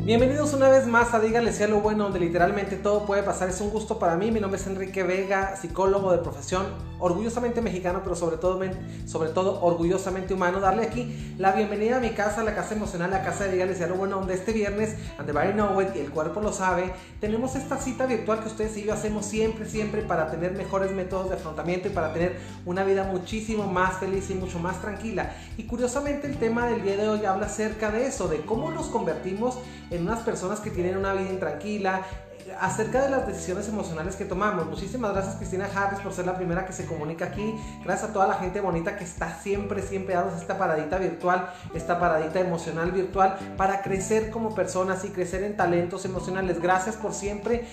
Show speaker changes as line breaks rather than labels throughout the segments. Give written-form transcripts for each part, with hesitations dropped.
Bienvenidos una vez más a Dígale Sí a lo Bueno, donde literalmente todo puede pasar. Es un gusto para mí. Mi nombre es Enrique Vega, psicólogo de profesión, orgullosamente mexicano, pero sobre todo orgullosamente humano. Darle aquí la bienvenida a mi casa, la casa emocional, la casa de Dígale Sí a lo Bueno, donde este viernes, and the body know it, y el cuerpo lo sabe, tenemos esta cita virtual que ustedes y yo hacemos siempre para tener mejores métodos de afrontamiento y para tener una vida muchísimo más feliz y mucho más tranquila. Y curiosamente el tema del día de hoy habla acerca de eso, de cómo nos convertimos en unas personas que tienen una vida intranquila, acerca de las decisiones emocionales que tomamos. Muchísimas gracias Cristina Harris por ser la primera que se comunica aquí. Gracias a toda la gente bonita que está siempre dando esta paradita virtual, esta paradita emocional virtual para crecer como personas y crecer en talentos emocionales. Gracias por siempre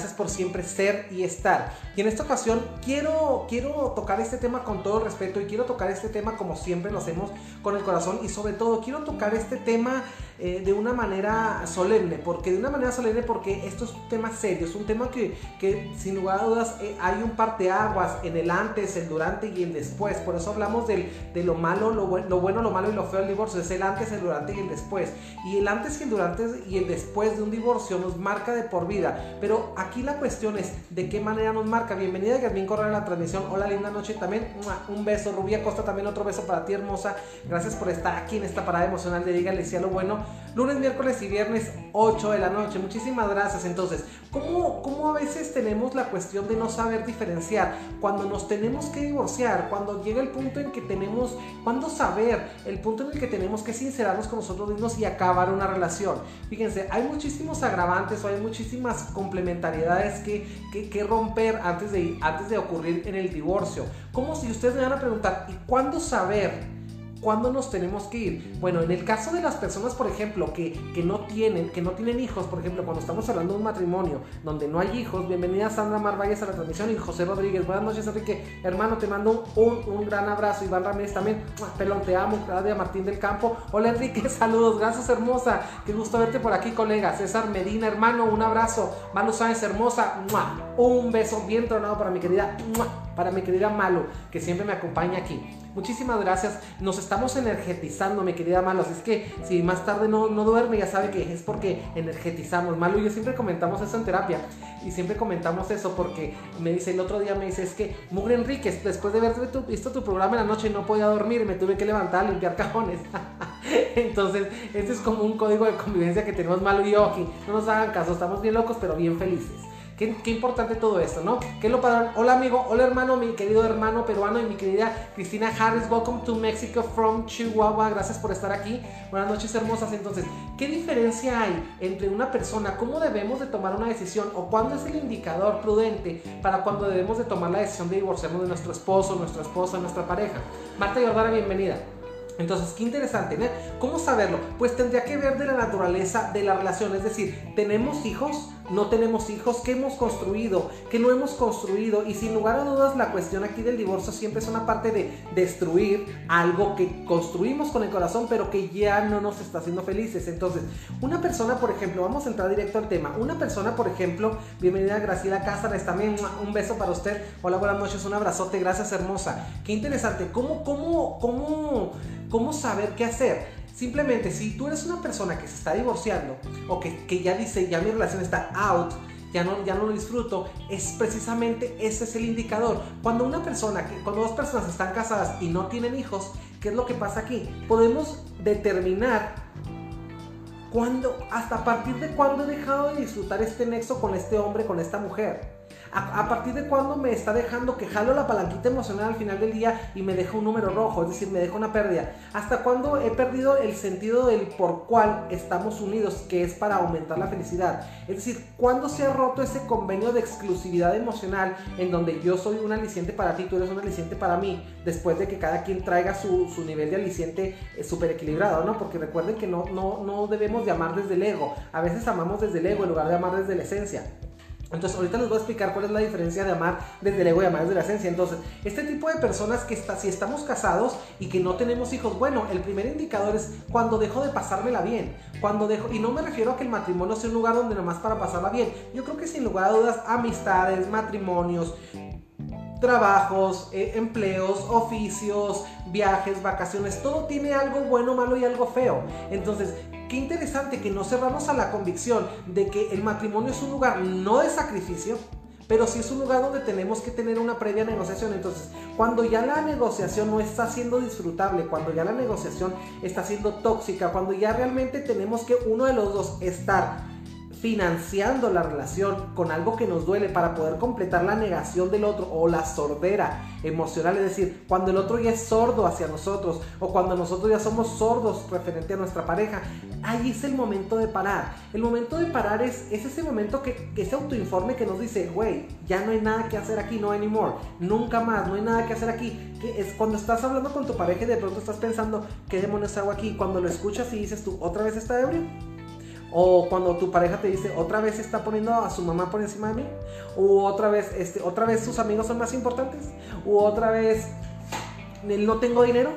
ser y estar. Y en esta ocasión quiero tocar este tema con todo respeto y quiero tocar este tema como siempre lo hacemos, con el corazón, y sobre todo quiero tocar este tema de una manera solemne, porque esto es un tema serio, es un tema que sin lugar a dudas hay un parteaguas en el antes, el durante y el después. Por eso hablamos de lo malo, lo bueno, lo malo y lo feo del divorcio. Es el antes, el durante y el después, y el antes y el durante y el después de un divorcio nos marca de por vida. Pero aquí la cuestión es de qué manera nos marca. Bienvenida Germín Correa a la transmisión. Hola, linda noche también, un beso. Rubia Costa también, otro beso para ti, hermosa. Gracias por estar aquí en esta parada emocional de Dígale Sí a lo Bueno, lunes, miércoles y viernes 8 de la noche. Muchísimas gracias. Entonces, ¿cómo a veces tenemos la cuestión de no saber diferenciar cuando nos tenemos que divorciar, cuando llega el punto en que cuando saber el punto en el que tenemos que sincerarnos con nosotros mismos y acabar una relación? Fíjense, hay muchísimos agravantes o hay muchísimas complementariedades que romper antes de ocurrir en el divorcio. Como si ustedes me van a preguntar, ¿y cuándo saber cuándo nos tenemos que ir? Bueno, en el caso de las personas, por ejemplo, que no tienen hijos, por ejemplo, cuando estamos hablando de un matrimonio donde no hay hijos, bienvenida Sandra Mar Valles a la transmisión y José Rodríguez. Buenas noches, Enrique, hermano, te mando un gran abrazo. Iván Ramírez también, pelón, te amo. Claudia Martín del Campo, hola Enrique, saludos, gracias hermosa, qué gusto verte por aquí, colega. César Medina, hermano, un abrazo. Malu Sáenz, hermosa, un beso bien tronado para mi querida Malu, que siempre me acompaña aquí. Muchísimas gracias. Nos estamos energetizando, mi querida Malu. Así es que si más tarde no duerme, ya sabe que es porque energetizamos. Malu y yo siempre comentamos eso en terapia. Y siempre comentamos eso porque el otro día me dice, es que Mugre Enrique, después de haber visto tu programa en la noche no podía dormir y me tuve que levantar a limpiar cajones. Entonces, este es como un código de convivencia que tenemos Malu y yo aquí. No nos hagan caso, estamos bien locos, pero bien felices. Qué importante todo esto, ¿no? ¿Qué lo padrón? Hola amigo, hola hermano, mi querido hermano peruano y mi querida Cristina Harris. Welcome to Mexico from Chihuahua. Gracias por estar aquí. Buenas noches, hermosas. Entonces, ¿qué diferencia hay entre una persona? ¿Cómo debemos de tomar una decisión? ¿O cuándo es el indicador prudente para cuando debemos de tomar la decisión de divorciarnos de nuestro esposo, nuestra esposa, nuestra pareja? Marta Jordana, bienvenida. Entonces, qué interesante, ¿no? ¿Cómo saberlo? Pues tendría que ver de la naturaleza de la relación, es decir, ¿tenemos hijos? ¿No tenemos hijos? ¿Qué hemos construido? ¿Qué no hemos construido? Y sin lugar a dudas, la cuestión aquí del divorcio siempre es una parte de destruir algo que construimos con el corazón, pero que ya no nos está haciendo felices. Entonces, una persona, por ejemplo, vamos a entrar directo al tema. Una persona, por ejemplo, bienvenida Graciela Cázares, también un beso para usted. Hola, buenas noches, un abrazote, gracias hermosa. Qué interesante, ¿cómo saber qué hacer? Simplemente, si tú eres una persona que se está divorciando o que ya dice, ya mi relación está out, ya no lo disfruto, es precisamente ese es el indicador. Cuando dos personas están casadas y no tienen hijos, ¿qué es lo que pasa aquí? Podemos determinar hasta a partir de cuándo he dejado de disfrutar este nexo con este hombre, con esta mujer. A partir de cuándo me está dejando que jalo la palanquita emocional al final del día y me deja un número rojo, es decir, me deja una pérdida. Hasta cuándo he perdido el sentido del por cual estamos unidos, que es para aumentar la felicidad. Es decir, cuándo se ha roto ese convenio de exclusividad emocional en donde yo soy un aliciente para ti, tú eres un aliciente para mí, después de que cada quien traiga su nivel de aliciente súper equilibrado, ¿no? Porque recuerden que no debemos de amar desde el ego. A veces amamos desde el ego en lugar de amar desde la esencia. Entonces ahorita les voy a explicar cuál es la diferencia de amar desde el ego y amar desde la esencia. Entonces, este tipo de personas si estamos casados y que no tenemos hijos, bueno, el primer indicador es cuando dejo de pasármela bien, y no me refiero a que el matrimonio sea un lugar donde nomás para pasarla bien. Yo creo que sin lugar a dudas, amistades, matrimonios, trabajos, empleos, oficios, viajes, vacaciones, todo tiene algo bueno, malo y algo feo. Entonces, qué interesante que no cerramos a la convicción de que el matrimonio es un lugar no de sacrificio, pero sí es un lugar donde tenemos que tener una previa negociación. Entonces, cuando ya la negociación no está siendo disfrutable, cuando ya la negociación está siendo tóxica, cuando ya realmente tenemos que uno de los dos estar financiando la relación con algo que nos duele para poder completar la negación del otro o la sordera emocional, es decir, cuando el otro ya es sordo hacia nosotros o cuando nosotros ya somos sordos referente a nuestra pareja, ahí es el momento de parar. El momento de parar es ese momento que ese autoinforme que nos dice, güey, ya no hay nada que hacer aquí, no anymore, nunca más, no hay nada que hacer aquí. Que es cuando estás hablando con tu pareja y de pronto estás pensando, ¿qué demonios hago aquí? Cuando lo escuchas y dices tú, ¿otra vez está ebrio? O cuando tu pareja te dice, otra vez está poniendo a su mamá por encima de mí, o otra vez sus amigos son más importantes, o otra vez no tengo dinero,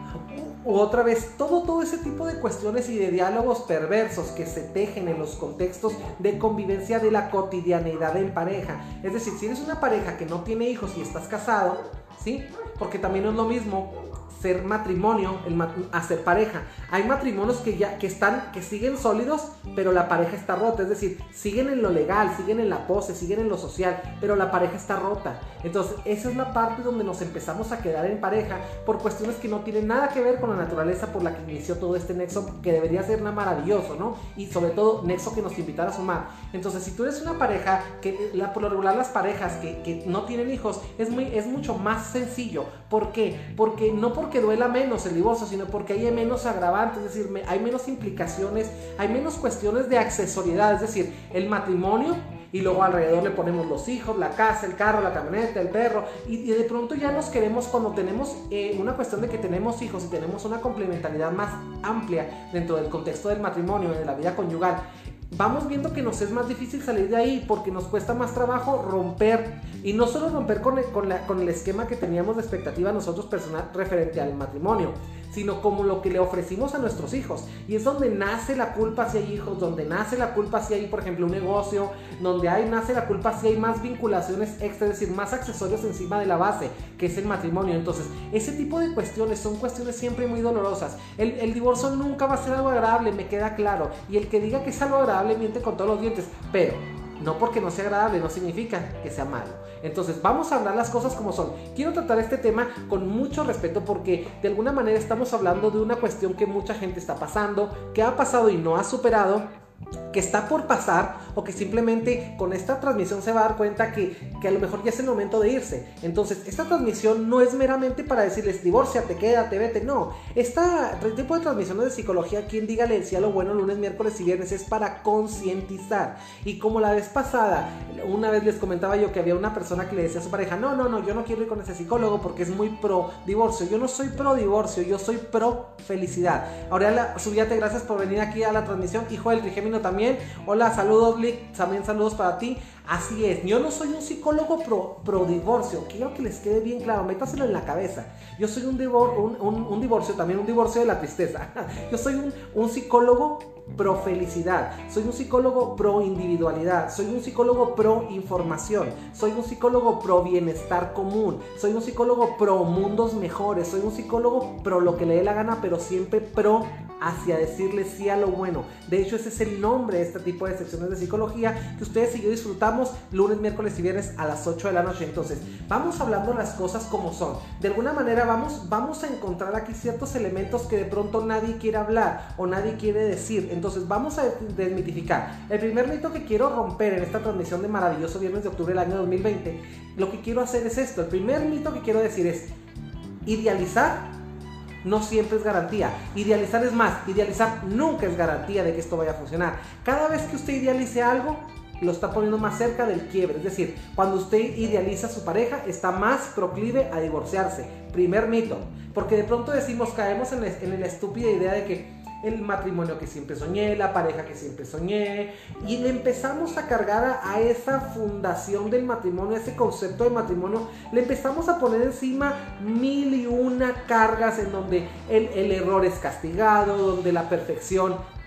o otra vez todo ese tipo de cuestiones y de diálogos perversos que se tejen en los contextos de convivencia de la cotidianeidad en pareja. Es decir, si eres una pareja que no tiene hijos y estás casado, ¿sí? Porque también no es lo mismo ser matrimonio a ser pareja. Hay matrimonios que siguen sólidos, pero la pareja está rota. Es decir, siguen en lo legal, siguen en la pose, siguen en lo social, pero la pareja está rota. Entonces, esa es la parte donde nos empezamos a quedar en pareja por cuestiones que no tienen nada que ver con la naturaleza por la que inició todo este nexo, que debería ser maravilloso, ¿no? Y sobre todo, nexo que nos invitara a sumar. Entonces, si tú eres una pareja, por lo regular las parejas que no tienen hijos, es mucho más sencillo. ¿Por qué? Porque duela menos el divorcio, sino porque hay menos agravantes, es decir, hay menos implicaciones, hay menos cuestiones de accesoriedad, es decir, el matrimonio y luego alrededor le ponemos los hijos, la casa, el carro, la camioneta, el perro y de pronto ya nos queremos cuando tenemos una cuestión de que tenemos hijos y tenemos una complementariedad más amplia dentro del contexto del matrimonio, de la vida conyugal. Vamos viendo que nos es más difícil salir de ahí porque nos cuesta más trabajo romper, y no solo romper con el esquema que teníamos de expectativa nosotros personal referente al matrimonio, sino como lo que le ofrecimos a nuestros hijos. Y es donde nace la culpa si hay hijos, donde nace la culpa si hay, por ejemplo, un negocio, donde nace la culpa si hay más vinculaciones extra, es decir, más accesorios encima de la base, que es el matrimonio. Entonces, ese tipo de cuestiones son cuestiones siempre muy dolorosas. El divorcio nunca va a ser algo agradable, me queda claro. Y el que diga que es algo agradable miente con todos los dientes, pero no porque no sea agradable no significa que sea malo. Entonces vamos a hablar las cosas como son. Quiero tratar este tema con mucho respeto porque de alguna manera estamos hablando de una cuestión que mucha gente está pasando, que ha pasado y no ha superado, que está por pasar, o que simplemente con esta transmisión se va a dar cuenta que a lo mejor ya es el momento de irse. Entonces esta transmisión no es meramente para decirles divórciate, quédate, vete, no. Este tipo de transmisiones de psicología, quien dígale el cielo bueno lunes, miércoles y viernes, es para concientizar. Y como la vez pasada, una vez les comentaba yo que había una persona que le decía a su pareja, no, yo no quiero ir con ese psicólogo porque es muy pro divorcio. Yo no soy pro divorcio, yo soy pro felicidad. Aurelia Subiate, gracias por venir aquí a la transmisión. Hijo del Trigémino también. Hola, saludos Lick, también saludos para ti. Así es, yo no soy un psicólogo pro divorcio, quiero que les quede bien claro, métaselo en la cabeza. Yo soy un divorcio, también un divorcio de la tristeza. Yo soy un psicólogo pro felicidad, soy un psicólogo pro individualidad, soy un psicólogo pro información, soy un psicólogo pro bienestar común, soy un psicólogo pro mundos mejores, soy un psicólogo pro lo que le dé la gana, pero siempre pro hacia decirle sí a lo bueno. De hecho, ese es el nombre de este tipo de secciones de psicología que ustedes y yo disfrutamos lunes, miércoles y viernes a las 8 de la noche. Entonces, vamos hablando las cosas como son. De alguna manera vamos a encontrar aquí ciertos elementos que de pronto nadie quiere hablar o nadie quiere decir. Entonces, vamos a desmitificar. El primer mito que quiero romper en esta transmisión de maravilloso viernes de octubre del año 2020, lo que quiero hacer es esto. El primer mito que quiero decir es: idealizar no siempre es garantía. Idealizar es más, idealizar nunca es garantía de que esto vaya a funcionar. Cada vez que usted idealice algo, lo está poniendo más cerca del quiebre. Es decir, cuando usted idealiza a su pareja, está más proclive a divorciarse. Primer mito. Porque de pronto caemos en la estúpida idea de que el matrimonio que siempre soñé, la pareja que siempre soñé, y le empezamos a cargar a esa fundación del matrimonio, a ese concepto de matrimonio, le empezamos a poner encima 1001 cargas en donde el error es castigado, donde la perfección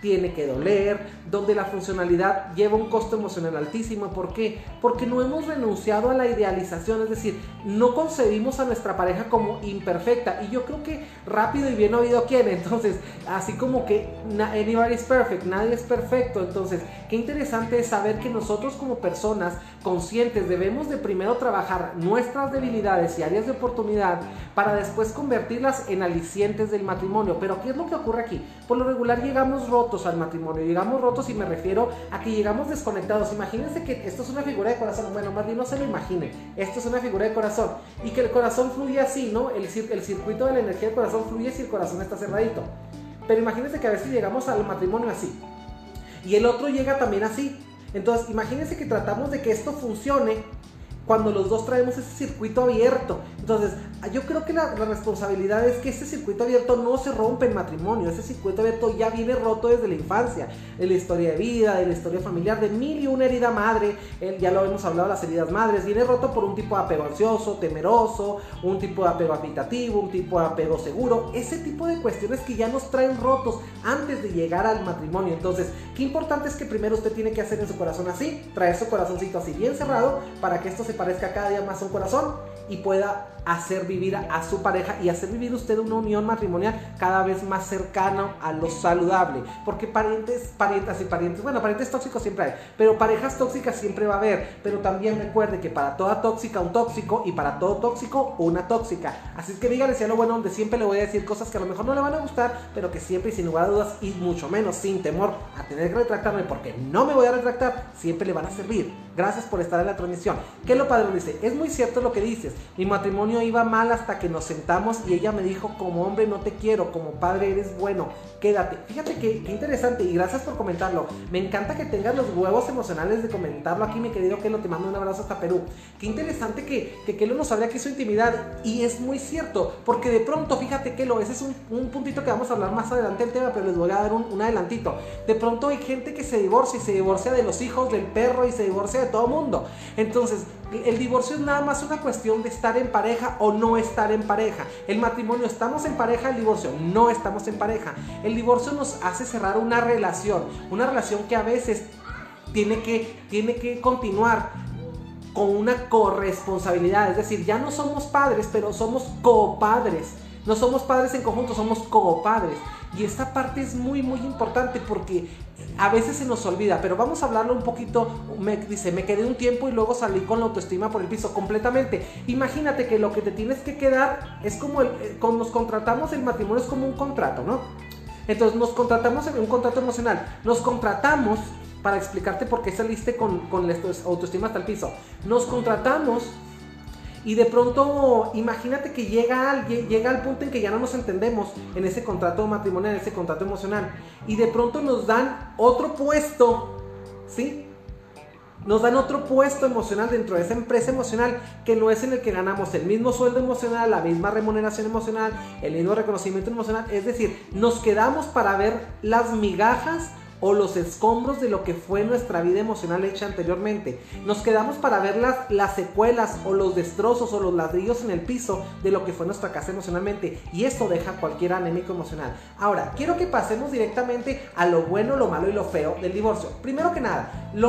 tiene que doler, donde la funcionalidad lleva un costo emocional altísimo. ¿Por qué? Porque no hemos renunciado a la idealización, es decir, no concebimos a nuestra pareja como imperfecta. Y yo creo que rápido y bien oído quién. Entonces, así como que anybody is perfect, nadie es perfecto. Entonces, qué interesante es saber que nosotros como personas conscientes debemos de primero trabajar nuestras debilidades y áreas de oportunidad para después convertirlas en alicientes del matrimonio. Pero ¿qué es lo que ocurre aquí? Por lo regular llegamos rotos al matrimonio, llegamos rotos y me refiero a que llegamos desconectados. Imagínense que esto es una figura de corazón, bueno, más bien no se lo imaginen, esto es una figura de corazón y que el corazón fluye así, ¿no? El circuito de la energía del corazón fluye si el corazón está cerradito. Pero imagínense que a veces llegamos al matrimonio así y el otro llega también así. Entonces imagínense que tratamos de que esto funcione cuando los dos traemos ese circuito abierto. Entonces, yo creo que la responsabilidad es que ese circuito abierto no se rompe en matrimonio. Ese circuito abierto ya viene roto desde la infancia, de la historia de vida, de la historia familiar, de mil y una herida madre. Ya lo hemos hablado, las heridas madres. Viene roto por un tipo de apego ansioso, temeroso, un tipo de apego afectivo, un tipo de apego seguro. Ese tipo de cuestiones que ya nos traen rotos antes de llegar al matrimonio. Entonces, qué importante es que primero usted tiene que hacer en su corazón así, traer su corazoncito así bien cerrado para que esto se parezca cada día más a un corazón y pueda hacer vivir a su pareja y hacer vivir usted una unión matrimonial cada vez más cercana a lo saludable. Porque parientes tóxicos siempre hay, pero parejas tóxicas siempre va a haber. Pero también recuerde que para toda tóxica un tóxico y para todo tóxico una tóxica. Así es que dígale sea lo bueno, donde siempre le voy a decir cosas que a lo mejor no le van a gustar, pero que siempre y sin lugar a dudas y mucho menos sin temor a tener que retractarme, porque no me voy a retractar, siempre le van a servir. Gracias por estar en la transmisión. ¿Qué es lo padre? Dice, es muy cierto lo que dices. Mi matrimonio iba mal hasta que nos sentamos y ella me dijo, como hombre no te quiero, como padre eres bueno, quédate. Fíjate qué interesante y gracias por comentarlo. Me encanta que tengas los huevos emocionales de comentarlo aquí, mi querido Kelo. Te mando un abrazo hasta Perú. Qué interesante que Kelo nos habla aquí su intimidad y es muy cierto, porque de pronto, fíjate Kelo, ese es un puntito que vamos a hablar más adelante del tema, pero les voy a dar un adelantito. De pronto hay gente que se divorcia y se divorcia de los hijos, del perro y se divorcia de todo mundo. Entonces, el divorcio es nada más una cuestión de estar en pareja o no estar en pareja. El matrimonio, estamos en pareja, el divorcio no estamos en pareja. El divorcio nos hace cerrar una relación que a veces tiene que continuar con una corresponsabilidad, es decir, ya no somos padres, pero somos copadres. No somos padres en conjunto, somos copadres. Y esta parte es muy muy importante porque a veces se nos olvida, pero vamos a hablarlo un poquito. Me quedé un tiempo y luego salí con la autoestima por el piso completamente. Imagínate que lo que te tienes que quedar es como cuando nos contratamos, el matrimonio es como un contrato, ¿no? Entonces nos contratamos en un contrato emocional, nos contratamos para explicarte por qué saliste con la autoestima hasta el piso. Nos contratamos y de pronto, imagínate que llega al punto en que ya no nos entendemos en ese contrato matrimonial, en ese contrato emocional. Y de pronto nos dan otro puesto, ¿sí? Nos dan otro puesto emocional dentro de esa empresa emocional que no es en el que ganamos el mismo sueldo emocional, la misma remuneración emocional, el mismo reconocimiento emocional. Es decir, nos quedamos para ver las migajas o los escombros de lo que fue nuestra vida emocional hecha anteriormente. Nos quedamos para ver las secuelas o los destrozos o los ladrillos en el piso de lo que fue nuestra casa emocionalmente, y eso deja a cualquier anémico emocional. Ahora, quiero que pasemos directamente a lo bueno, lo malo y lo feo del divorcio. Primero que nada, lo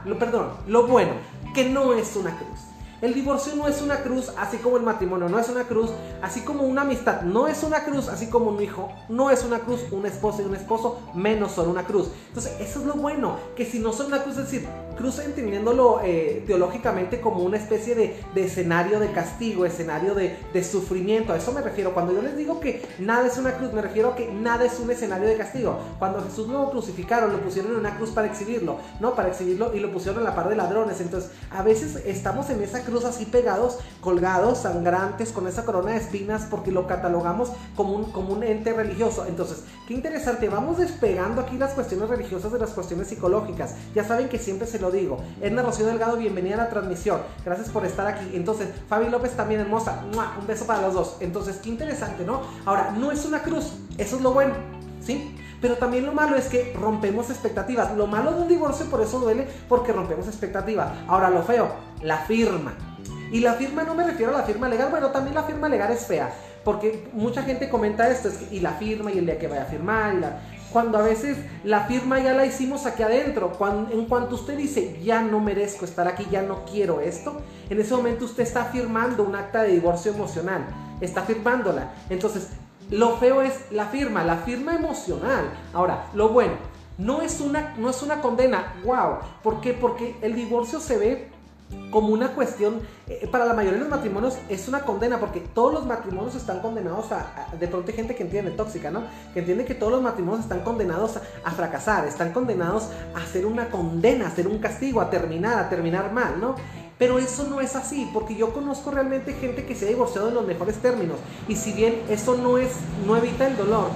bueno, que no es una cruz. El divorcio no es una cruz, así como el matrimonio no es una cruz, así como una amistad no es una cruz, así como un hijo no es una cruz, una esposa y un esposo menos son una cruz. Entonces, eso es lo bueno, que si no son una cruz, es decir, cruz entendiéndolo teológicamente como una especie de escenario de castigo, escenario de sufrimiento. A eso me refiero. Cuando yo les digo que nada es una cruz, me refiero a que nada es un escenario de castigo. Cuando Jesús lo crucificaron, lo pusieron en una cruz para exhibirlo, y lo pusieron en la par de ladrones. Entonces, a veces estamos en esa cruz así pegados, colgados, sangrantes, con esa corona de espinas, porque lo catalogamos como un ente religioso. Entonces, qué interesante, vamos despegando aquí las cuestiones religiosas de las cuestiones psicológicas. Ya saben que siempre se lo digo. Edna Rocío Delgado, bienvenida a la transmisión, gracias por estar aquí. Entonces, Fabi López también hermosa, un beso para los dos. Entonces, qué interesante, ¿no? Ahora, no es una cruz, eso es lo bueno, ¿sí? Pero también lo malo es que rompemos expectativas. Lo malo de un divorcio, por eso duele, porque rompemos expectativas. Ahora, lo feo, la firma. Y la firma no me refiero a la firma legal, bueno, también la firma legal es fea, porque mucha gente comenta esto, y la firma, y el día que vaya a firmar, cuando a veces la firma ya la hicimos aquí adentro. En cuanto usted dice, ya no merezco estar aquí, ya no quiero esto, en ese momento usted está firmando un acta de divorcio emocional, está firmándola. Entonces, lo feo es la firma emocional. Ahora, lo bueno, no es una condena, wow. ¿Por qué? Porque el divorcio se ve como una cuestión, para la mayoría de los matrimonios es una condena, porque todos los matrimonios están condenados de pronto hay gente que entiende, tóxica, ¿no? Que entiende que todos los matrimonios están condenados a fracasar, están condenados a ser una condena, a ser un castigo, a terminar mal, ¿no? Pero eso no es así, porque yo conozco realmente gente que se ha divorciado en los mejores términos, y si bien eso no evita el dolor,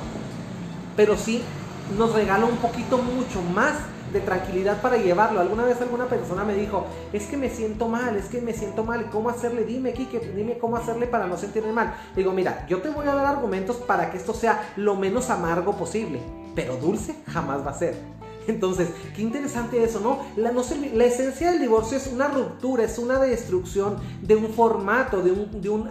pero sí nos regala un poquito mucho más de tranquilidad para llevarlo. Alguna vez alguna persona me dijo, es que me siento mal, ¿cómo hacerle? Dime, Kike, dime cómo hacerle para no sentirme mal. Digo, mira, yo te voy a dar argumentos para que esto sea lo menos amargo posible, pero dulce jamás va a ser. Entonces, qué interesante eso, ¿no? La esencia del divorcio es una ruptura, es una destrucción de un formato, de un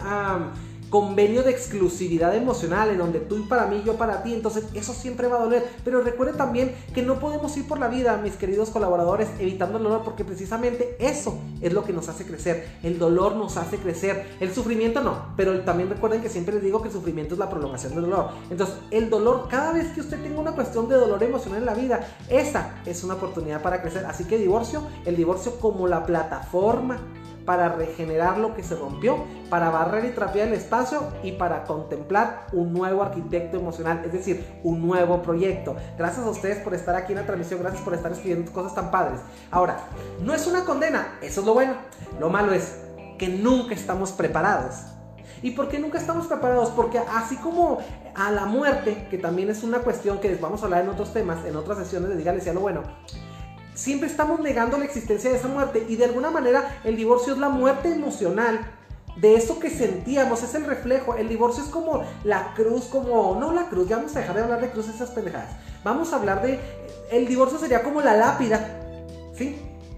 convenio de exclusividad emocional en donde tú para mí, yo para ti. Entonces eso siempre va a doler, pero recuerde también que no podemos ir por la vida, mis queridos colaboradores, evitando el dolor, porque precisamente eso es lo que nos hace crecer. El dolor nos hace crecer, el sufrimiento no, pero también recuerden que siempre les digo que el sufrimiento es la prolongación del dolor. Entonces el dolor, cada vez que usted tenga una cuestión de dolor emocional en la vida, esa es una oportunidad para crecer. Así que el divorcio como la plataforma para regenerar lo que se rompió, para barrer y trapear el espacio y para contemplar un nuevo arquitecto emocional, es decir, un nuevo proyecto. Gracias a ustedes por estar aquí en la transmisión, gracias por estar escribiendo cosas tan padres. Ahora, no es una condena, eso es lo bueno. Lo malo es que nunca estamos preparados. ¿Y por qué nunca estamos preparados? Porque así como a la muerte, que también es una cuestión que les vamos a hablar en otros temas, en otras sesiones de Dígale Sí a lo Bueno, siempre estamos negando la existencia de esa muerte, y de alguna manera el divorcio es la muerte emocional de eso que sentíamos, es el reflejo. El divorcio es como la cruz, no la cruz, ya vamos a dejar de hablar de cruz, esas pendejadas. Vamos a hablar el divorcio sería como la lápida, ¿sí?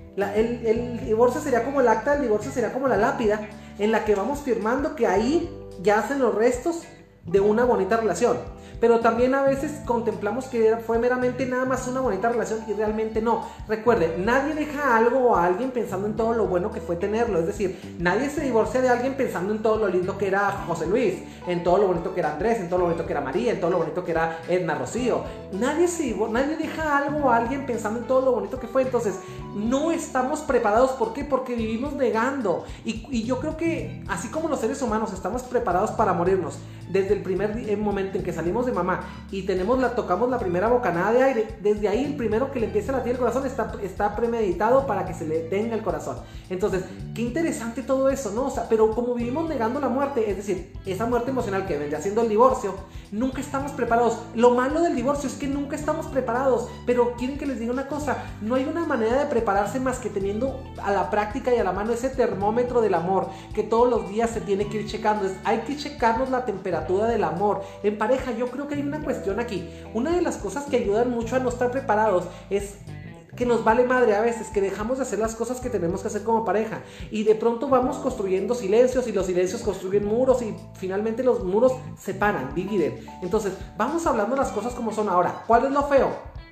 El divorcio sería como el acta del divorcio, sería como la lápida en la que vamos firmando que ahí yacen los restos de una bonita relación. Pero también a veces contemplamos que fue meramente nada más una bonita relación y realmente no. Recuerde, nadie deja algo o a alguien pensando en todo lo bueno que fue tenerlo. Es decir, nadie se divorcia de alguien pensando en todo lo lindo que era José Luis, en todo lo bonito que era Andrés, en todo lo bonito que era María, en todo lo bonito que era Edna Rocío. Nadie deja algo o a alguien pensando en todo lo bonito que fue. Entonces, no estamos preparados. ¿Por qué? Porque vivimos negando. Y yo creo que así como los seres humanos estamos preparados para morirnos desde el primer momento en que salimos de mamá y tocamos la primera bocanada de aire, desde ahí el primero que le empieza a latir el corazón está premeditado para que se le detenga el corazón. Entonces, qué interesante todo eso, ¿no? O sea, pero como vivimos negando la muerte, es decir, esa muerte emocional que vendría siendo el divorcio, nunca estamos preparados. Lo malo del divorcio es que nunca estamos preparados, pero quieren que les diga una cosa, no hay una manera de prepararse más que teniendo a la práctica y a la mano ese termómetro del amor que todos los días se tiene que ir checando. Hay que checarnos la temperatura del amor en pareja. Yo creo que hay una cuestión aquí. Una de las cosas que ayudan mucho a no estar preparados es que nos vale madre a veces, que dejamos de hacer las cosas que tenemos que hacer como pareja y de pronto vamos construyendo silencios y los silencios construyen muros y finalmente los muros separan, dividen. Entonces vamos hablando las cosas como son. Ahora, ¿cuál es lo feo?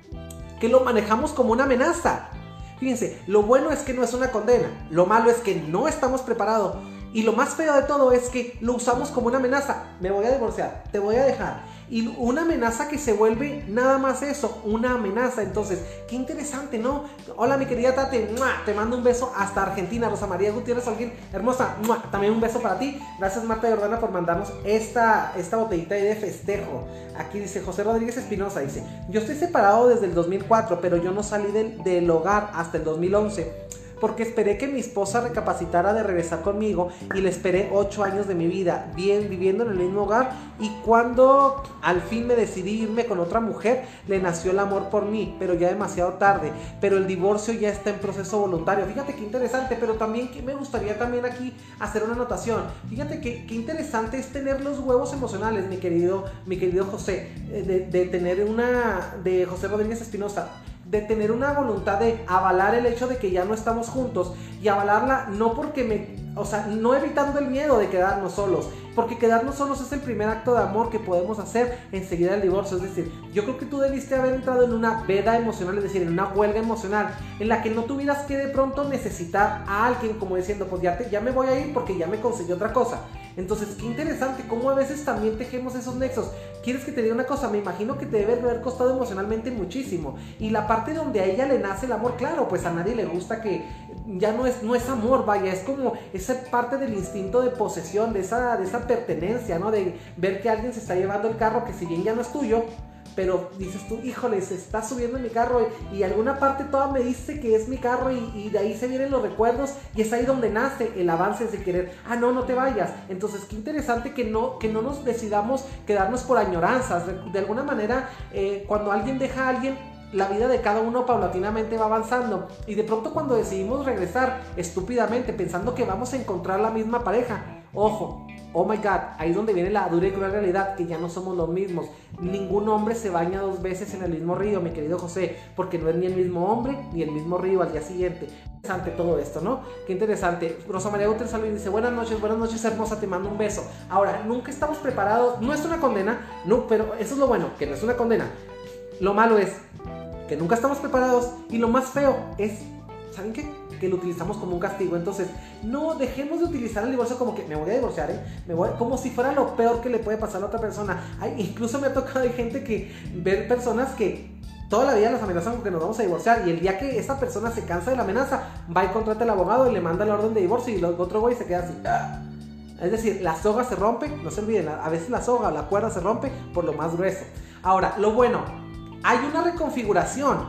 Que lo manejamos como una amenaza. Fíjense, lo bueno es que no es una condena, lo malo es que no estamos preparados. Y lo más feo de todo es que lo usamos como una amenaza. Me voy a divorciar, te voy a dejar. Y una amenaza que se vuelve nada más eso, una amenaza. Entonces, qué interesante, ¿no? Hola, mi querida Tati, te mando un beso hasta Argentina. Rosa María Gutiérrez Holguín, hermosa, también un beso para ti. Gracias, Marta Jordana, por mandarnos esta botellita de festejo. Aquí dice José Rodríguez Espinosa, dice, yo estoy separado desde el 2004, pero yo no salí del hogar hasta el 2011. Porque esperé que mi esposa recapacitara de regresar conmigo y le esperé 8 años de mi vida bien viviendo en el mismo hogar, y cuando al fin me decidí irme con otra mujer le nació el amor por mí, pero ya demasiado tarde. Pero el divorcio ya está en proceso voluntario. Fíjate qué interesante, pero también que me gustaría también aquí hacer una anotación. Fíjate qué interesante es tener los huevos emocionales, mi querido José, de José Rodríguez Espinosa, de tener una voluntad de avalar el hecho de que ya no estamos juntos, y avalarla no porque o sea, no evitando el miedo de quedarnos solos, porque quedarnos solos es el primer acto de amor que podemos hacer enseguida del divorcio. Es decir, yo creo que tú debiste haber entrado en una veda emocional, es decir, en una huelga emocional, en la que no tuvieras que de pronto necesitar a alguien como diciendo, pues ya me voy a ir porque ya me conseguí otra cosa. Entonces, qué interesante cómo a veces también tejemos esos nexos. ¿Quieres que te diga una cosa? Me imagino que te debe haber costado emocionalmente muchísimo. Y la parte donde a ella le nace el amor, claro, pues a nadie le gusta que ya no es amor, vaya, es como esa parte del instinto de posesión, de esa pertenencia, ¿no? De ver que alguien se está llevando el carro que si bien ya no es tuyo, pero dices tú, híjole, se está subiendo en mi carro y alguna parte toda me dice que es mi carro y de ahí se vienen los recuerdos y es ahí donde nace el avance de querer, no te vayas. Entonces, qué interesante que no nos decidamos quedarnos por añoranzas. De alguna manera, cuando alguien deja a alguien, la vida de cada uno paulatinamente va avanzando y de pronto cuando decidimos regresar estúpidamente pensando que vamos a encontrar la misma pareja, ojo, oh my god, ahí es donde viene la dura y cruel realidad, que ya no somos los mismos. Ningún hombre se baña 2 veces en el mismo río, mi querido José, porque no es ni el mismo hombre ni el mismo río al día siguiente. Interesante todo esto, ¿no? Qué interesante. Rosa María Gutiérrez Salud dice, buenas noches hermosa, te mando un beso. Ahora, nunca estamos preparados, no es una condena, no, pero eso es lo bueno, que no es una condena. Lo malo es que nunca estamos preparados y lo más feo es, ¿saben qué? Que lo utilizamos como un castigo. Entonces, no dejemos de utilizar el divorcio como que me voy a divorciar, como si fuera lo peor que le puede pasar a otra persona. Incluso me ha tocado gente ver personas que toda la vida las amenazan con que nos vamos a divorciar y el día que esa persona se cansa de la amenaza, va y contrata al abogado y le manda la orden de divorcio y el otro güey se queda así. Es decir, la soga se rompe, no se olviden, a veces la soga o la cuerda se rompe por lo más grueso. Ahora, lo bueno, hay una reconfiguración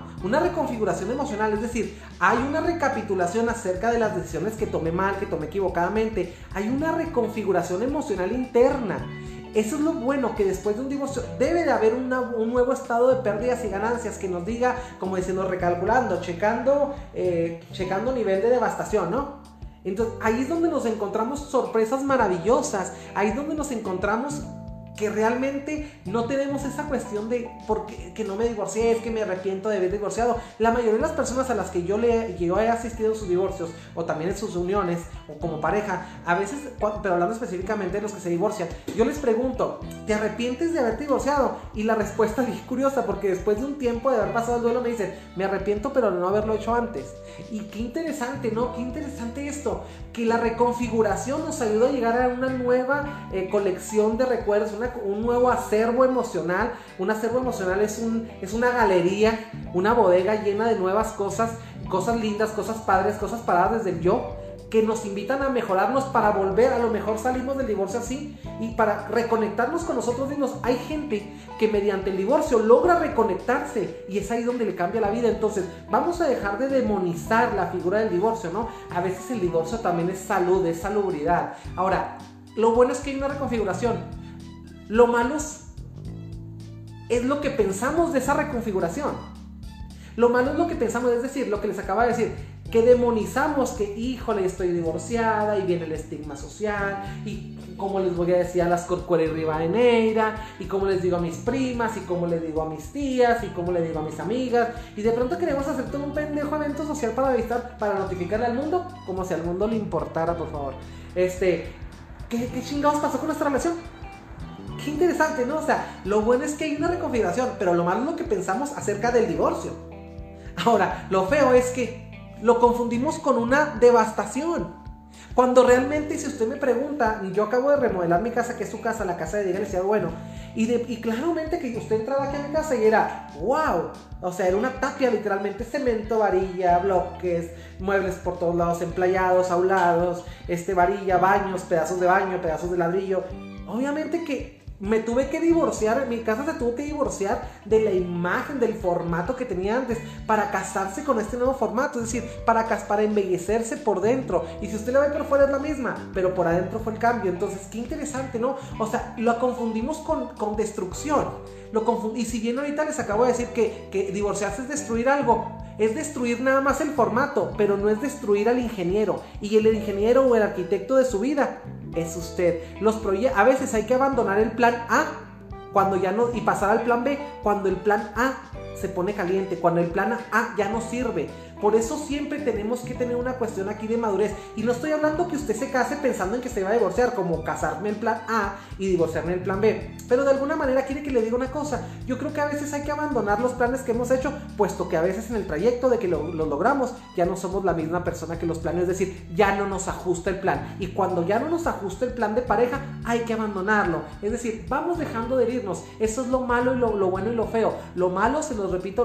emocional, es decir, hay una recapitulación acerca de las decisiones que tomé mal, que tomé equivocadamente, hay una reconfiguración emocional interna. Eso es lo bueno, que después de un divorcio debe de haber un nuevo estado de pérdidas y ganancias que nos diga, como diciendo, recalculando, checando nivel de devastación, ¿no? Entonces ahí es donde nos encontramos sorpresas maravillosas, ahí es donde nos encontramos que realmente no tenemos esa cuestión de que no me divorcié, es que me arrepiento de haber divorciado. La mayoría de las personas a las que yo he asistido en sus divorcios o también en sus uniones o como pareja, a veces, pero hablando específicamente de los que se divorcian, yo les pregunto, ¿te arrepientes de haberte divorciado? Y la respuesta es bien curiosa, porque después de un tiempo de haber pasado el duelo me dicen, me arrepiento pero de no haberlo hecho antes. Y qué interesante, ¿no? Qué interesante esto, que la reconfiguración nos ayuda a llegar a una nueva colección de recuerdos, un nuevo acervo emocional. Un acervo emocional es una galería, una bodega llena de nuevas cosas lindas, cosas padres, cosas paradas desde el yo, que nos invitan a mejorarnos para volver. A lo mejor salimos del divorcio así y para reconectarnos con nosotros mismos. Hay gente que mediante el divorcio logra reconectarse y es ahí donde le cambia la vida. Entonces vamos a dejar de demonizar la figura del divorcio, ¿no? A veces el divorcio también es salud, es salubridad. Ahora, lo bueno es que hay una reconfiguración. Lo malo es lo que pensamos de esa reconfiguración. Lo malo es lo que pensamos, es decir, lo que les acabo de decir, que demonizamos que, híjole, estoy divorciada y viene el estigma social y como les voy a decir a las corcueras y ribaneira y como les digo a mis primas y como les digo a mis tías y como les digo a mis amigas y de pronto queremos hacer todo un pendejo evento social para notificarle al mundo, como si al mundo le importara, por favor. ¿Qué chingados pasó con nuestra relación? Qué interesante, ¿no? O sea, lo bueno es que hay una reconfiguración, pero lo malo es lo que pensamos acerca del divorcio. Ahora, lo feo es que lo confundimos con una devastación. Cuando realmente, si usted me pregunta, yo acabo de remodelar mi casa, que es su casa, la casa de Diego García Bueno, y claramente que usted entraba aquí a mi casa y era, wow, o sea, era una tapia literalmente, cemento, varilla, bloques, muebles por todos lados, emplayados, aulados, varilla, baños, pedazos de baño, pedazos de ladrillo. Obviamente que me tuve que divorciar, mi casa se tuvo que divorciar de la imagen, del formato que tenía antes para casarse con este nuevo formato, es decir, para embellecerse por dentro. Y si usted la ve por fuera es la misma, pero por adentro fue el cambio. Entonces, qué interesante, ¿no? O sea, lo confundimos con destrucción. Y si bien ahorita les acabo de decir que divorciarse es destruir algo, es destruir nada más el formato, pero no es destruir al ingeniero. Y el ingeniero o el arquitecto de su vida es usted. A veces hay que abandonar el plan A cuando ya no, y pasar al plan B cuando el plan A se pone caliente, cuando el plan A ya no sirve, Por eso siempre tenemos que tener una cuestión aquí de madurez. Y no estoy hablando que usted se case pensando en que se va a divorciar, como casarme en plan A y divorciarme en plan B. Pero de alguna manera quiere que le diga una cosa. Yo creo que a veces hay que abandonar los planes que hemos hecho, puesto que a veces en el trayecto de que lo logramos, ya no somos la misma persona que los planes. Es decir, ya no nos ajusta el plan. Y cuando ya no nos ajusta el plan de pareja, hay que abandonarlo. Es decir, vamos dejando de herirnos. Eso es lo malo y lo bueno y lo feo. Lo bueno, se lo repito,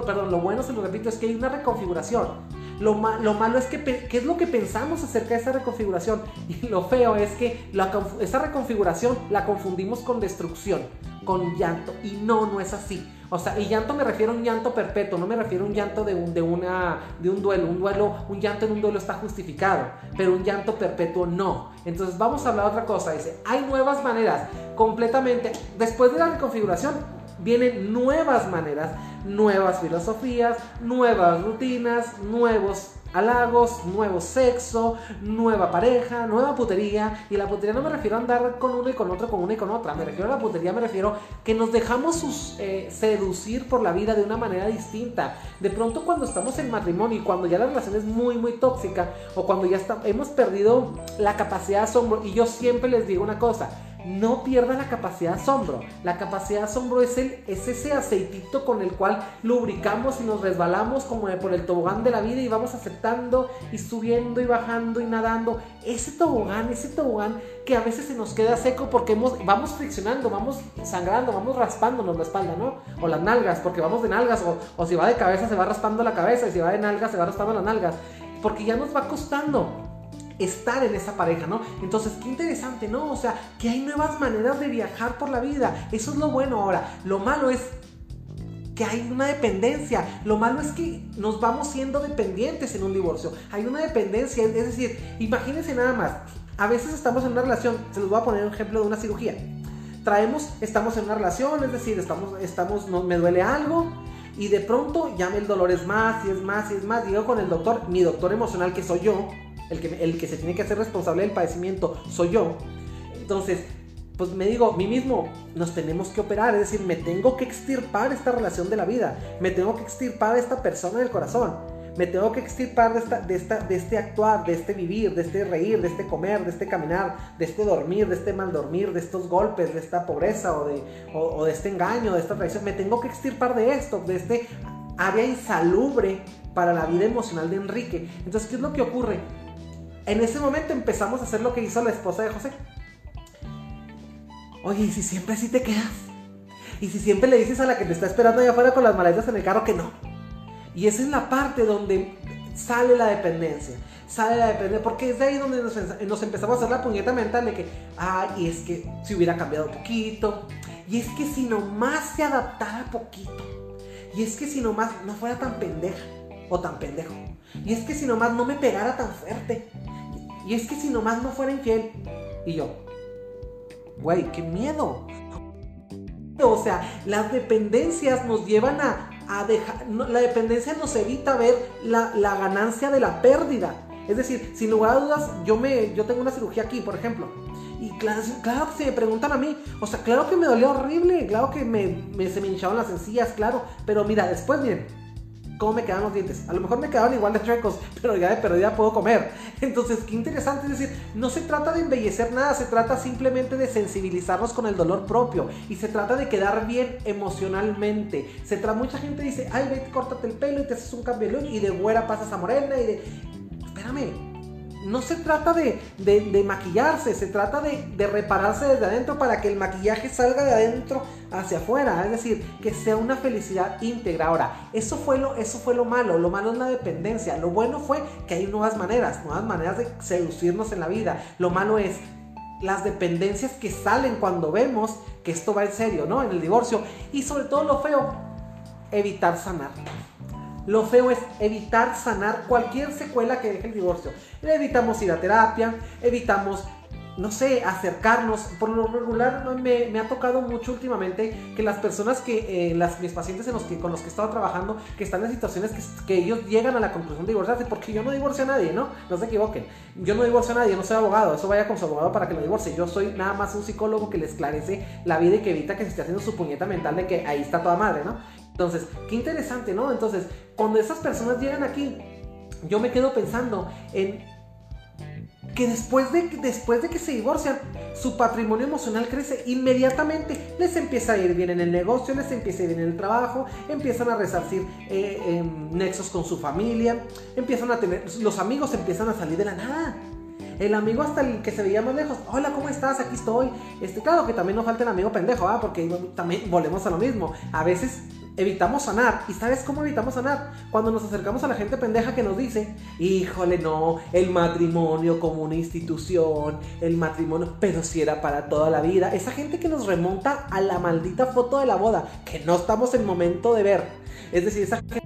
es que hay una reconfiguración. Lo malo es que ¿qué es lo que pensamos acerca de esa reconfiguración? Y lo feo es que esa reconfiguración la confundimos con destrucción, con llanto. Y no es así. O sea, y llanto me refiero a un llanto perpetuo, no me refiero a un llanto de un duelo. Un llanto en un duelo está justificado, pero un llanto perpetuo no. Entonces vamos a hablar de otra cosa. Dice, hay nuevas maneras, completamente. Después de la reconfiguración vienen nuevas maneras, nuevas filosofías, nuevas rutinas, nuevos halagos, nuevo sexo, nueva pareja, nueva putería. Y la putería no me refiero a andar con uno y con otro, con una y con otra. Me refiero a la putería, me refiero que nos dejamos seducir por la vida de una manera distinta. De pronto cuando estamos en matrimonio y cuando ya la relación es muy muy tóxica, o cuando ya hemos perdido la capacidad de asombro, y yo siempre les digo una cosa: no pierda la capacidad de asombro. La capacidad de asombro es ese aceitito con el cual lubricamos y nos resbalamos como por el tobogán de la vida y vamos aceptando y subiendo y bajando y nadando. Ese tobogán que a veces se nos queda seco porque vamos friccionando, vamos sangrando, vamos raspándonos la espalda, ¿no? O las nalgas, porque vamos de nalgas, o si va de cabeza se va raspando la cabeza, y si va de nalgas se va raspando las nalgas, porque ya nos va costando estar en esa pareja, ¿no? Entonces, qué interesante, ¿no? O sea, que hay nuevas maneras de viajar por la vida. Eso es lo bueno. Ahora, lo malo es que hay una dependencia. Lo malo es que nos vamos siendo dependientes en un divorcio. Hay una dependencia, es decir, imagínense nada más. A veces estamos en una relación, se los voy a poner un ejemplo de una cirugía. Estamos en una relación, es decir, me duele algo, y de pronto ya el dolor es más y es más y es más. Llego con el doctor, mi doctor emocional, que soy yo. El que se tiene que hacer responsable del padecimiento soy yo. Entonces, pues me digo a mí mismo, nos tenemos que operar. Es decir, me tengo que extirpar esta relación de la vida, me tengo que extirpar a esta persona del corazón, me tengo que extirpar de este actuar, de este vivir, de este reír, de este comer, de este caminar, de este dormir, de este mal dormir, de estos golpes, de esta pobreza o de este engaño, de esta traición. Me tengo que extirpar de esto, de este área insalubre para la vida emocional de Enrique. Entonces, ¿qué es lo que ocurre? En ese momento empezamos a hacer lo que hizo la esposa de José. Oye, ¿y si siempre así te quedas? ¿Y si siempre le dices a la que te está esperando allá afuera con las maletas en el carro que no? Y esa es la parte donde sale la dependencia. Porque es de ahí donde nos empezamos a hacer la puñeta mental de que, y es que si hubiera cambiado un poquito, y es que si nomás se adaptara poquito, y es que si nomás no fuera tan pendeja o tan pendejo, y es que si nomás no me pegara tan fuerte, y es que si nomás no fuera infiel. Y yo, güey, qué miedo. O sea, las dependencias nos llevan a dejar, la dependencia nos evita ver la ganancia de la pérdida. Es decir, sin lugar a dudas, yo tengo una cirugía aquí, por ejemplo, y claro que se me preguntan a mí, o sea, claro que me dolía horrible, claro que se me hinchaban las encías, claro, pero mira, después miren cómo me quedan los dientes. A lo mejor me quedaban igual de chuecos, pero ya de perdida puedo comer. Entonces, qué interesante. Es decir, no se trata de embellecer nada, se trata simplemente de sensibilizarnos con el dolor propio, y se trata de quedar bien emocionalmente. Mucha gente dice, ay, vete, córtate el pelo y te haces un cambio de look, y de güera pasas a morena, espérame. No se trata de maquillarse, se trata de repararse desde adentro para que el maquillaje salga de adentro hacia afuera. Es decir, que sea una felicidad íntegra. Ahora, eso fue lo malo. Lo malo es la dependencia. Lo bueno fue que hay nuevas maneras de seducirnos en la vida. Lo malo es las dependencias que salen cuando vemos que esto va en serio, ¿no? En el divorcio. Y sobre todo lo feo, evitar sanar. Lo feo es evitar sanar cualquier secuela que deje el divorcio. Evitamos ir a terapia, evitamos, no sé, acercarnos. Por lo regular me ha tocado mucho últimamente que las personas mis pacientes con los que he estado trabajando, que están en situaciones que ellos llegan a la conclusión de divorciarse, porque yo no divorcio a nadie, ¿no? No se equivoquen. Yo no divorcio a nadie, no soy abogado. Eso vaya con su abogado para que lo divorcie. Yo soy nada más un psicólogo que le esclarece la vida y que evita que se esté haciendo su puñeta mental de que ahí está toda madre, ¿no? Entonces, qué interesante, ¿no? Entonces, cuando esas personas llegan aquí, yo me quedo pensando en que después de que se divorcian, su patrimonio emocional crece inmediatamente. Les empieza a ir bien en el negocio, les empieza a ir bien en el trabajo, empiezan a resarcir nexos con su familia, empiezan a tener, los amigos empiezan a salir de la nada. El amigo hasta el que se veía más lejos, hola, ¿cómo estás? Aquí estoy. Claro que también nos falta el amigo pendejo, porque también volvemos a lo mismo. A veces evitamos sanar. ¿Y sabes cómo evitamos sanar? Cuando nos acercamos a la gente pendeja que nos dice, híjole, no, el matrimonio como una institución, el matrimonio, pero si era para toda la vida. Esa gente que nos remonta a la maldita foto de la boda, que no estamos en momento de ver. Es decir, esa gente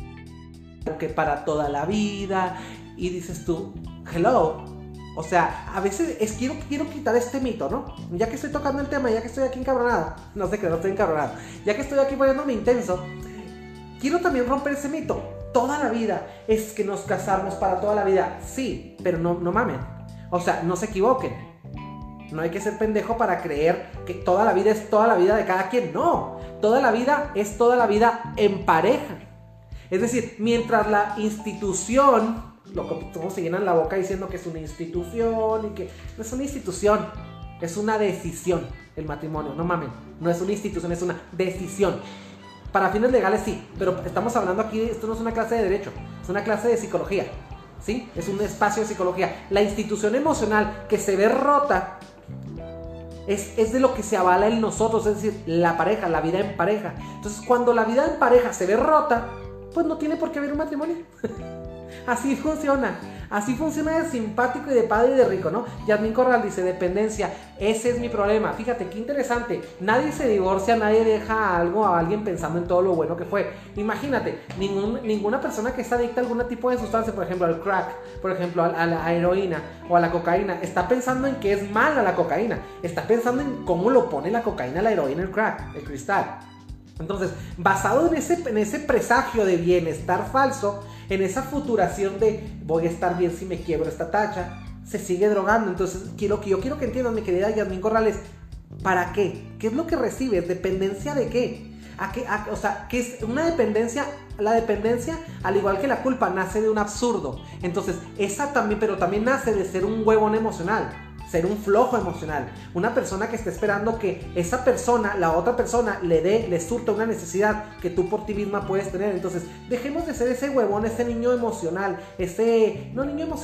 que para toda la vida. Y dices tú, hello. O sea, a veces quiero quitar este mito, ¿no? Ya que estoy tocando el tema, ya que estoy aquí encabronado. No sé qué, no estoy encabronado. Ya que estoy aquí poniéndome intenso, quiero también romper ese mito. Toda la vida es que nos casamos para toda la vida. Sí, pero no mamen. O sea, no se equivoquen. No hay que ser pendejo para creer que toda la vida es toda la vida de cada quien. No, toda la vida es toda la vida en pareja. Es decir, mientras la institución... Como se llenan la boca diciendo que es una institución y que no es una institución, es una decisión el matrimonio, no mamen, no es una institución, es una decisión. Para fines legales sí, pero estamos hablando aquí, esto no es una clase de derecho, es una clase de psicología, ¿sí? Es un espacio de psicología. La institución emocional que se ve rota es de lo que se avala en nosotros, es decir, la pareja, la vida en pareja. Entonces, cuando la vida en pareja se ve rota, pues no tiene por qué haber un matrimonio. Así funciona de simpático y de padre y de rico, ¿no? Yasmín Corral dice, dependencia, ese es mi problema. Fíjate, qué interesante, nadie se divorcia, nadie deja algo a alguien pensando en todo lo bueno que fue. Imagínate, ninguna persona que está adicta a algún tipo de sustancia, por ejemplo al crack, por ejemplo a la heroína o a la cocaína, está pensando en que es mala la cocaína, está pensando en cómo lo pone la cocaína, la heroína, el crack, el cristal. Entonces, basado en ese presagio de bienestar falso, en esa futuración de voy a estar bien si me quiebro esta tacha, se sigue drogando. Entonces, yo quiero que entiendan, mi querida Yasmín Corrales, ¿para qué? ¿Qué es lo que recibes? ¿Dependencia de qué? O sea, ¿qué es una dependencia? La dependencia, al igual que la culpa, nace de un absurdo. Entonces, esa también, pero también nace de ser un huevón emocional. Ser un flojo emocional, una persona que está esperando que esa persona, la otra persona, le surta una necesidad que tú por ti misma puedes tener. Entonces, dejemos de ser ese huevón, ese niño emocional, ese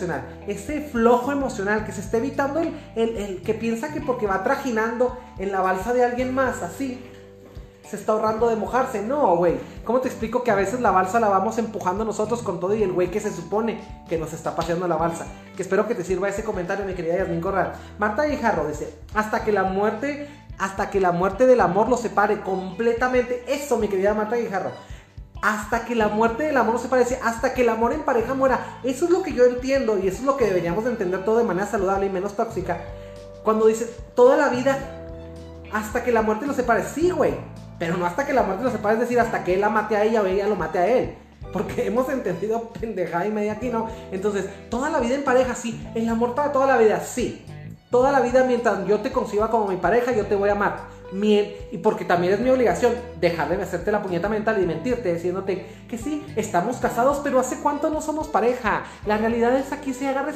flojo emocional que se está evitando el que piensa que porque va trajinando en la balsa de alguien más, así, se está ahorrando de mojarse. No, güey. ¿Cómo te explico que a veces la balsa la vamos empujando nosotros con todo y el güey que se supone que nos está paseando la balsa? Que espero que te sirva ese comentario, mi querida Yasmín Corral. Marta Guijarro dice, hasta que la muerte del amor lo separe completamente. Eso, mi querida Marta Guijarro. Hasta que la muerte del amor no se parece, hasta que el amor en pareja muera. Eso es lo que yo entiendo y eso es lo que deberíamos de entender todo de manera saludable y menos tóxica. Cuando dices toda la vida, hasta que la muerte lo separe. Sí, güey. Pero no hasta que la muerte lo separe, es decir, hasta que él la mate a ella o ella lo mate a él. Porque hemos entendido pendejada y media aquí, ¿no? Entonces, toda la vida en pareja, sí. El amor para toda la vida, sí. Toda la vida mientras yo te conciba como mi pareja, yo te voy a amar. Y porque también es mi obligación dejar de hacerte la puñeta mental y mentirte, diciéndote que sí, estamos casados, pero ¿hace cuánto no somos pareja? La realidad es aquí se agarra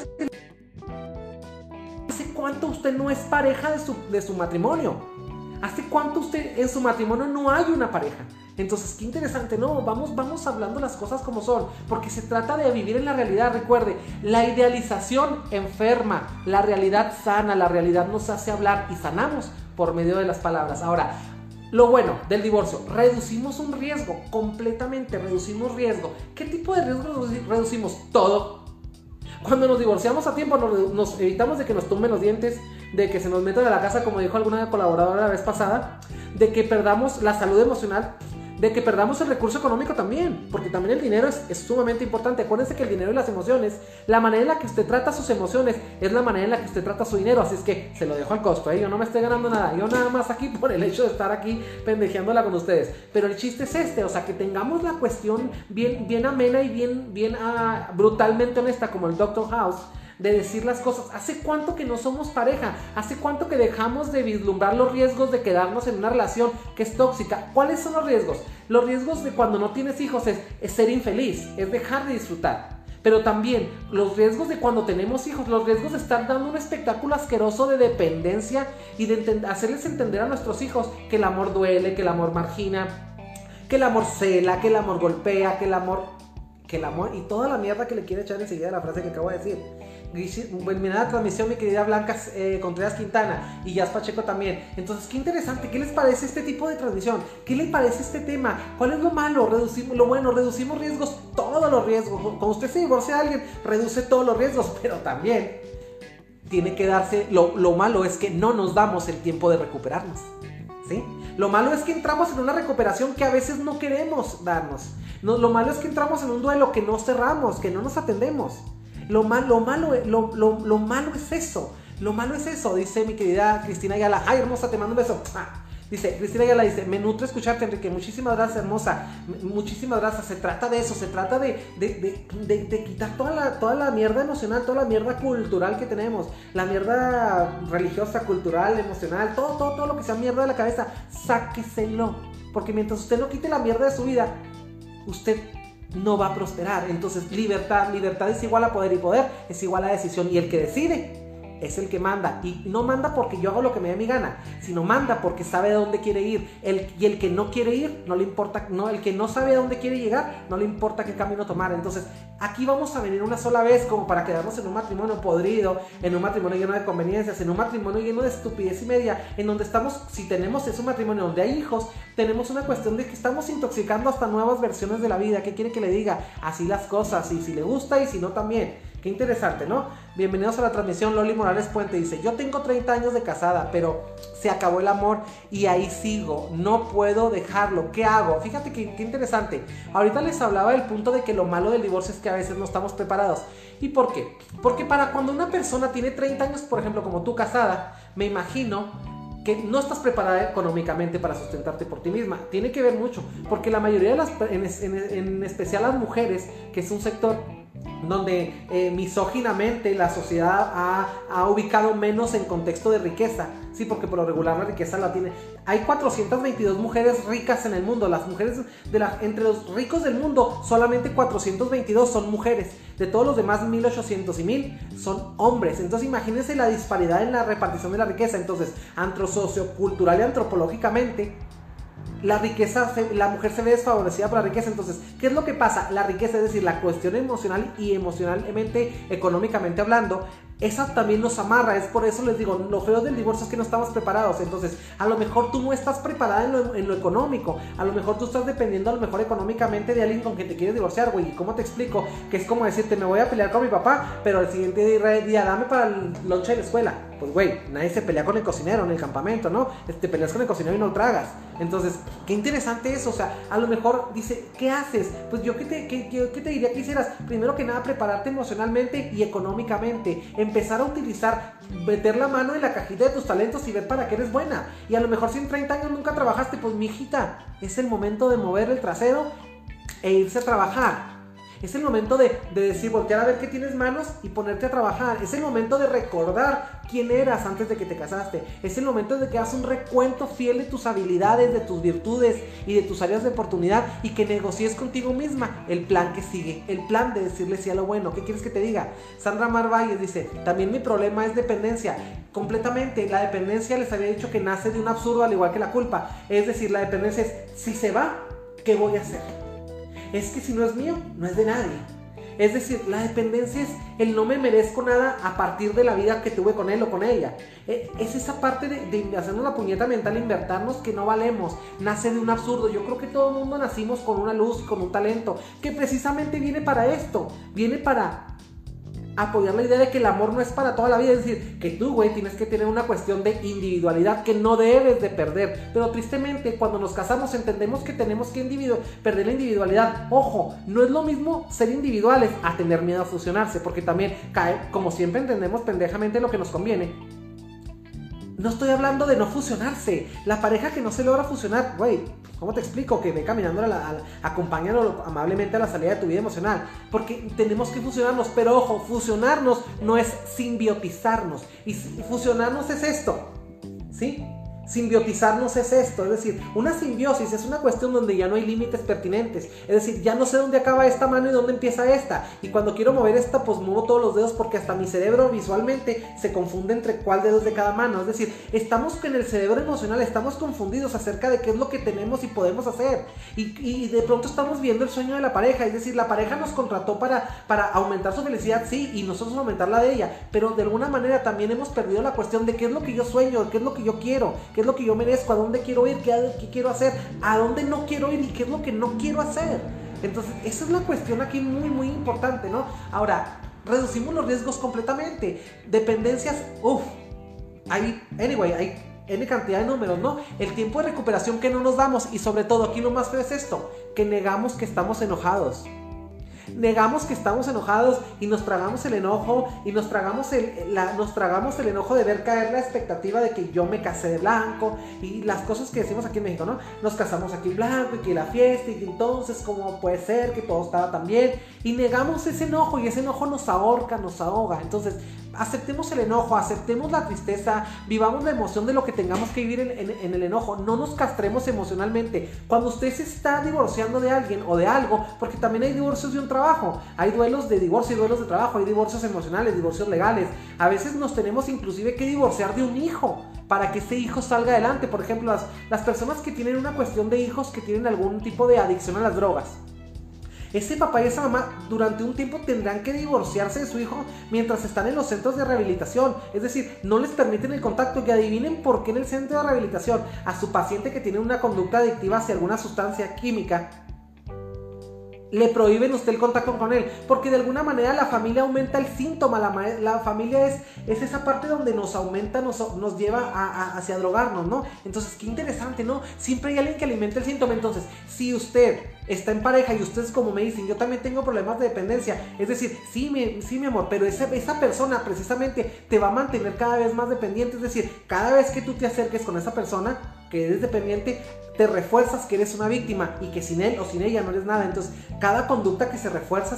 ¿hace cuánto usted no es pareja de su matrimonio? ¿Hace cuánto usted en su matrimonio no hay una pareja? Entonces, qué interesante, ¿no? Vamos hablando las cosas como son, porque se trata de vivir en la realidad. Recuerde, la idealización enferma, la realidad sana, la realidad nos hace hablar y sanamos por medio de las palabras. Ahora, lo bueno del divorcio, reducimos un riesgo, completamente reducimos riesgo. ¿Qué tipo de riesgo reducimos? Todo. Cuando nos divorciamos a tiempo, nos evitamos de que nos tumben los dientes, de que se nos metan a la casa, como dijo alguna colaboradora la vez pasada, de que perdamos la salud emocional, de que perdamos el recurso económico también, porque también el dinero es sumamente importante. Acuérdense que el dinero y las emociones, la manera en la que usted trata sus emociones es la manera en la que usted trata su dinero, así es que se lo dejo al costo, yo no me estoy ganando nada, yo nada más aquí por el hecho de estar aquí pendejeándola con ustedes, pero el chiste es o sea, que tengamos la cuestión bien amena y bien brutalmente honesta, como el Dr. House, de decir las cosas. ¿Hace cuánto que no somos pareja? ¿Hace cuánto que dejamos de vislumbrar los riesgos de quedarnos en una relación que es tóxica? ¿Cuáles son los riesgos? Los riesgos de cuando no tienes hijos es ser infeliz, es dejar de disfrutar. Pero también los riesgos de cuando tenemos hijos, los riesgos de estar dando un espectáculo asqueroso de dependencia y de hacerles entender a nuestros hijos que el amor duele, que el amor margina, que el amor cela, que el amor golpea, que el amor y toda la mierda que le quiere echar enseguida a la frase que acabo de decir. Terminada la transmisión, mi querida Blanca Contreras Quintana y Jazz Pacheco también. Entonces, qué interesante, ¿qué les parece este tipo de transmisión? ¿Qué les parece este tema? ¿Cuál es lo malo? Reducimos lo bueno, reducimos riesgos, todos los riesgos. Cuando usted se divorcia de alguien, reduce todos los riesgos, pero también tiene que darse, lo malo es que no nos damos el tiempo de recuperarnos, ¿sí? Lo malo es que entramos en una recuperación que a veces no queremos darnos. No, lo malo es que entramos en un duelo que no cerramos, que no nos atendemos. Lo malo es eso. Lo malo es eso, dice mi querida Cristina Ayala. Ay, hermosa, te mando un beso. Dice, Cristina Ayala dice, me nutre escucharte, Enrique. Muchísimas gracias, hermosa. Muchísimas gracias. Se trata de eso, se trata de quitar toda la mierda emocional, toda la mierda cultural que tenemos. La mierda religiosa, cultural, emocional, todo lo que sea mierda de la cabeza, sáqueselo. Porque mientras usted no quite la mierda de su vida, usted no va a prosperar. Entonces, libertad es igual a poder y poder es igual a decisión. Y el que decide es el que manda. Y no manda porque yo hago lo que me dé mi gana, sino manda porque sabe a dónde quiere ir. Y el que no quiere ir, no le importa. No, el que no sabe a dónde quiere llegar, no le importa qué camino tomar. Entonces, aquí vamos a venir una sola vez como para quedarnos en un matrimonio podrido, en un matrimonio lleno de conveniencias, en un matrimonio lleno de estupidez y media, en donde estamos, si tenemos es un matrimonio donde hay hijos, tenemos una cuestión de que estamos intoxicando hasta nuevas versiones de la vida. ¿Qué quiere que le diga? Así las cosas, y si le gusta y si no también. Qué interesante, ¿no? Bienvenidos a la transmisión. Loli Morales Puente dice, yo tengo 30 años de casada, pero se acabó el amor y ahí sigo, no puedo dejarlo, ¿qué hago? Fíjate qué interesante. Ahorita les hablaba del punto de que lo malo del divorcio es que a veces no estamos preparados. ¿Y por qué? Porque para cuando una persona tiene 30 años, por ejemplo, como tú casada, me imagino que no estás preparada económicamente para sustentarte por ti misma. Tiene que ver mucho, porque la mayoría de las, en especial las mujeres, que es un sector donde misóginamente la sociedad ha ubicado menos en contexto de riqueza, sí, porque por lo regular la riqueza la tiene. Hay 422 mujeres ricas en el mundo. Las mujeres entre los ricos del mundo, solamente 422 son mujeres. De todos los demás, 1800 y 1000 son hombres. Entonces imagínense la disparidad en la repartición de la riqueza. Entonces, sociocultural y antropológicamente, la riqueza, la mujer se ve desfavorecida por la riqueza. Entonces, ¿qué es lo que pasa? La riqueza, es decir, la cuestión emocional y emocionalmente, económicamente hablando, esa también nos amarra. Es por eso les digo, lo feo del divorcio es que no estamos preparados. Entonces, a lo mejor tú no estás preparada en lo económico. A lo mejor tú estás dependiendo a lo mejor económicamente de alguien con quien te quieres divorciar, güey. ¿Y cómo te explico? Que es como decirte, me voy a pelear con mi papá, pero al siguiente día dame para el lonche de la escuela. Pues güey, nadie se pelea con el cocinero en el campamento, ¿no? Te peleas con el cocinero y no tragas. Entonces, qué interesante eso. O sea, a lo mejor dice, ¿qué haces? Pues yo qué te diría que hicieras. Primero que nada, prepararte emocionalmente y económicamente. Empezar a utilizar, meter la mano en la cajita de tus talentos y ver para qué eres buena. Y a lo mejor si en 30 años nunca trabajaste, pues mijita, es el momento de mover el trasero e irse a trabajar. Es el momento de decir, voltear a ver qué tienes manos y ponerte a trabajar. Es el momento de recordar quién eras antes de que te casaste. Es el momento de que hagas un recuento fiel de tus habilidades, de tus virtudes y de tus áreas de oportunidad, y que negocies contigo misma el plan que sigue, el plan de decirle sí a lo bueno. ¿Qué quieres que te diga? Sandra Marvalles dice, también mi problema es dependencia. Completamente, la dependencia les había dicho que nace de un absurdo, al igual que la culpa. Es decir, la dependencia es, si se va, ¿qué voy a hacer? Es que si no es mío, no es de nadie. Es decir, la dependencia es el no me merezco nada a partir de la vida que tuve con él o con ella. Es esa parte de hacernos la puñeta mental, invertirnos que no valemos. Nace de un absurdo. Yo creo que todo el mundo nacimos con una luz, con un talento, que precisamente viene para esto. Viene para apoyar la idea de que el amor no es para toda la vida. Es decir, que tú, güey, tienes que tener una cuestión de individualidad que no debes de perder. Pero tristemente, cuando nos casamos entendemos que tenemos que perder la individualidad. Ojo, no es lo mismo ser individuales a tener miedo a fusionarse, porque también cae, como siempre entendemos pendejamente lo que nos conviene. No estoy hablando de no fusionarse. La pareja que no se logra fusionar, güey, ¿cómo te explico? Que ve caminando, acompáñalo amablemente a la salida de tu vida emocional. Porque tenemos que fusionarnos. Pero ojo, fusionarnos no es simbiotizarnos. Y fusionarnos es esto, ¿sí? Simbiotizarnos es esto, es decir, una simbiosis es una cuestión donde ya no hay límites pertinentes, es decir, ya no sé dónde acaba esta mano y dónde empieza esta, y cuando quiero mover esta, pues muevo todos los dedos porque hasta mi cerebro visualmente se confunde entre cuál dedo es de cada mano, es decir, estamos en el cerebro emocional, estamos confundidos acerca de qué es lo que tenemos y podemos hacer, y de pronto estamos viendo el sueño de la pareja, es decir, la pareja nos contrató para aumentar su felicidad, sí, y nosotros aumentar la de ella, pero de alguna manera también hemos perdido la cuestión de qué es lo que yo sueño, qué es lo que yo quiero, qué es lo que yo merezco, a dónde quiero ir, qué quiero hacer, a dónde no quiero ir y qué es lo que no quiero hacer. Entonces, esa es la cuestión aquí muy importante, ¿no? Ahora, reducimos los riesgos completamente. Dependencias, hay N cantidad de números, ¿no? El tiempo de recuperación que no nos damos y sobre todo, aquí lo más feo es esto, que negamos que estamos enojados. Negamos que estamos enojados y nos tragamos el enojo y nos tragamos el enojo de ver caer la expectativa de que yo me casé de blanco y las cosas que decimos aquí en México, ¿no? Nos casamos aquí en blanco y que la fiesta y que entonces cómo puede ser que todo estaba tan bien, y negamos ese enojo y ese enojo nos ahorca, nos ahoga. Entonces aceptemos el enojo, aceptemos la tristeza, vivamos la emoción de lo que tengamos que vivir en el enojo, no nos castremos emocionalmente. Cuando usted se está divorciando de alguien o de algo, porque también hay divorcios de un trabajo, hay duelos de divorcio y duelos de trabajo, hay divorcios emocionales, divorcios legales, a veces nos tenemos inclusive que divorciar de un hijo para que ese hijo salga adelante. Por ejemplo, las personas que tienen una cuestión de hijos que tienen algún tipo de adicción a las drogas, ese papá y esa mamá durante un tiempo tendrán que divorciarse de su hijo mientras están en los centros de rehabilitación. Es decir, no les permiten el contacto. Y adivinen por qué en el centro de rehabilitación a su paciente que tiene una conducta adictiva hacia alguna sustancia química le prohíben usted el contacto con él, porque de alguna manera la familia aumenta el síntoma. La familia es esa parte donde nos aumenta, nos lleva hacia drogarnos, ¿no? Entonces, qué interesante, ¿no? Siempre hay alguien que alimenta el síntoma. Entonces, si usted está en pareja y ustedes, como me dicen, yo también tengo problemas de dependencia, es decir, sí mi amor, pero esa persona precisamente te va a mantener cada vez más dependiente. Es decir, cada vez que tú te acerques con esa persona que eres dependiente, te refuerzas que eres una víctima y que sin él o sin ella no eres nada. Entonces, cada conducta que se refuerza,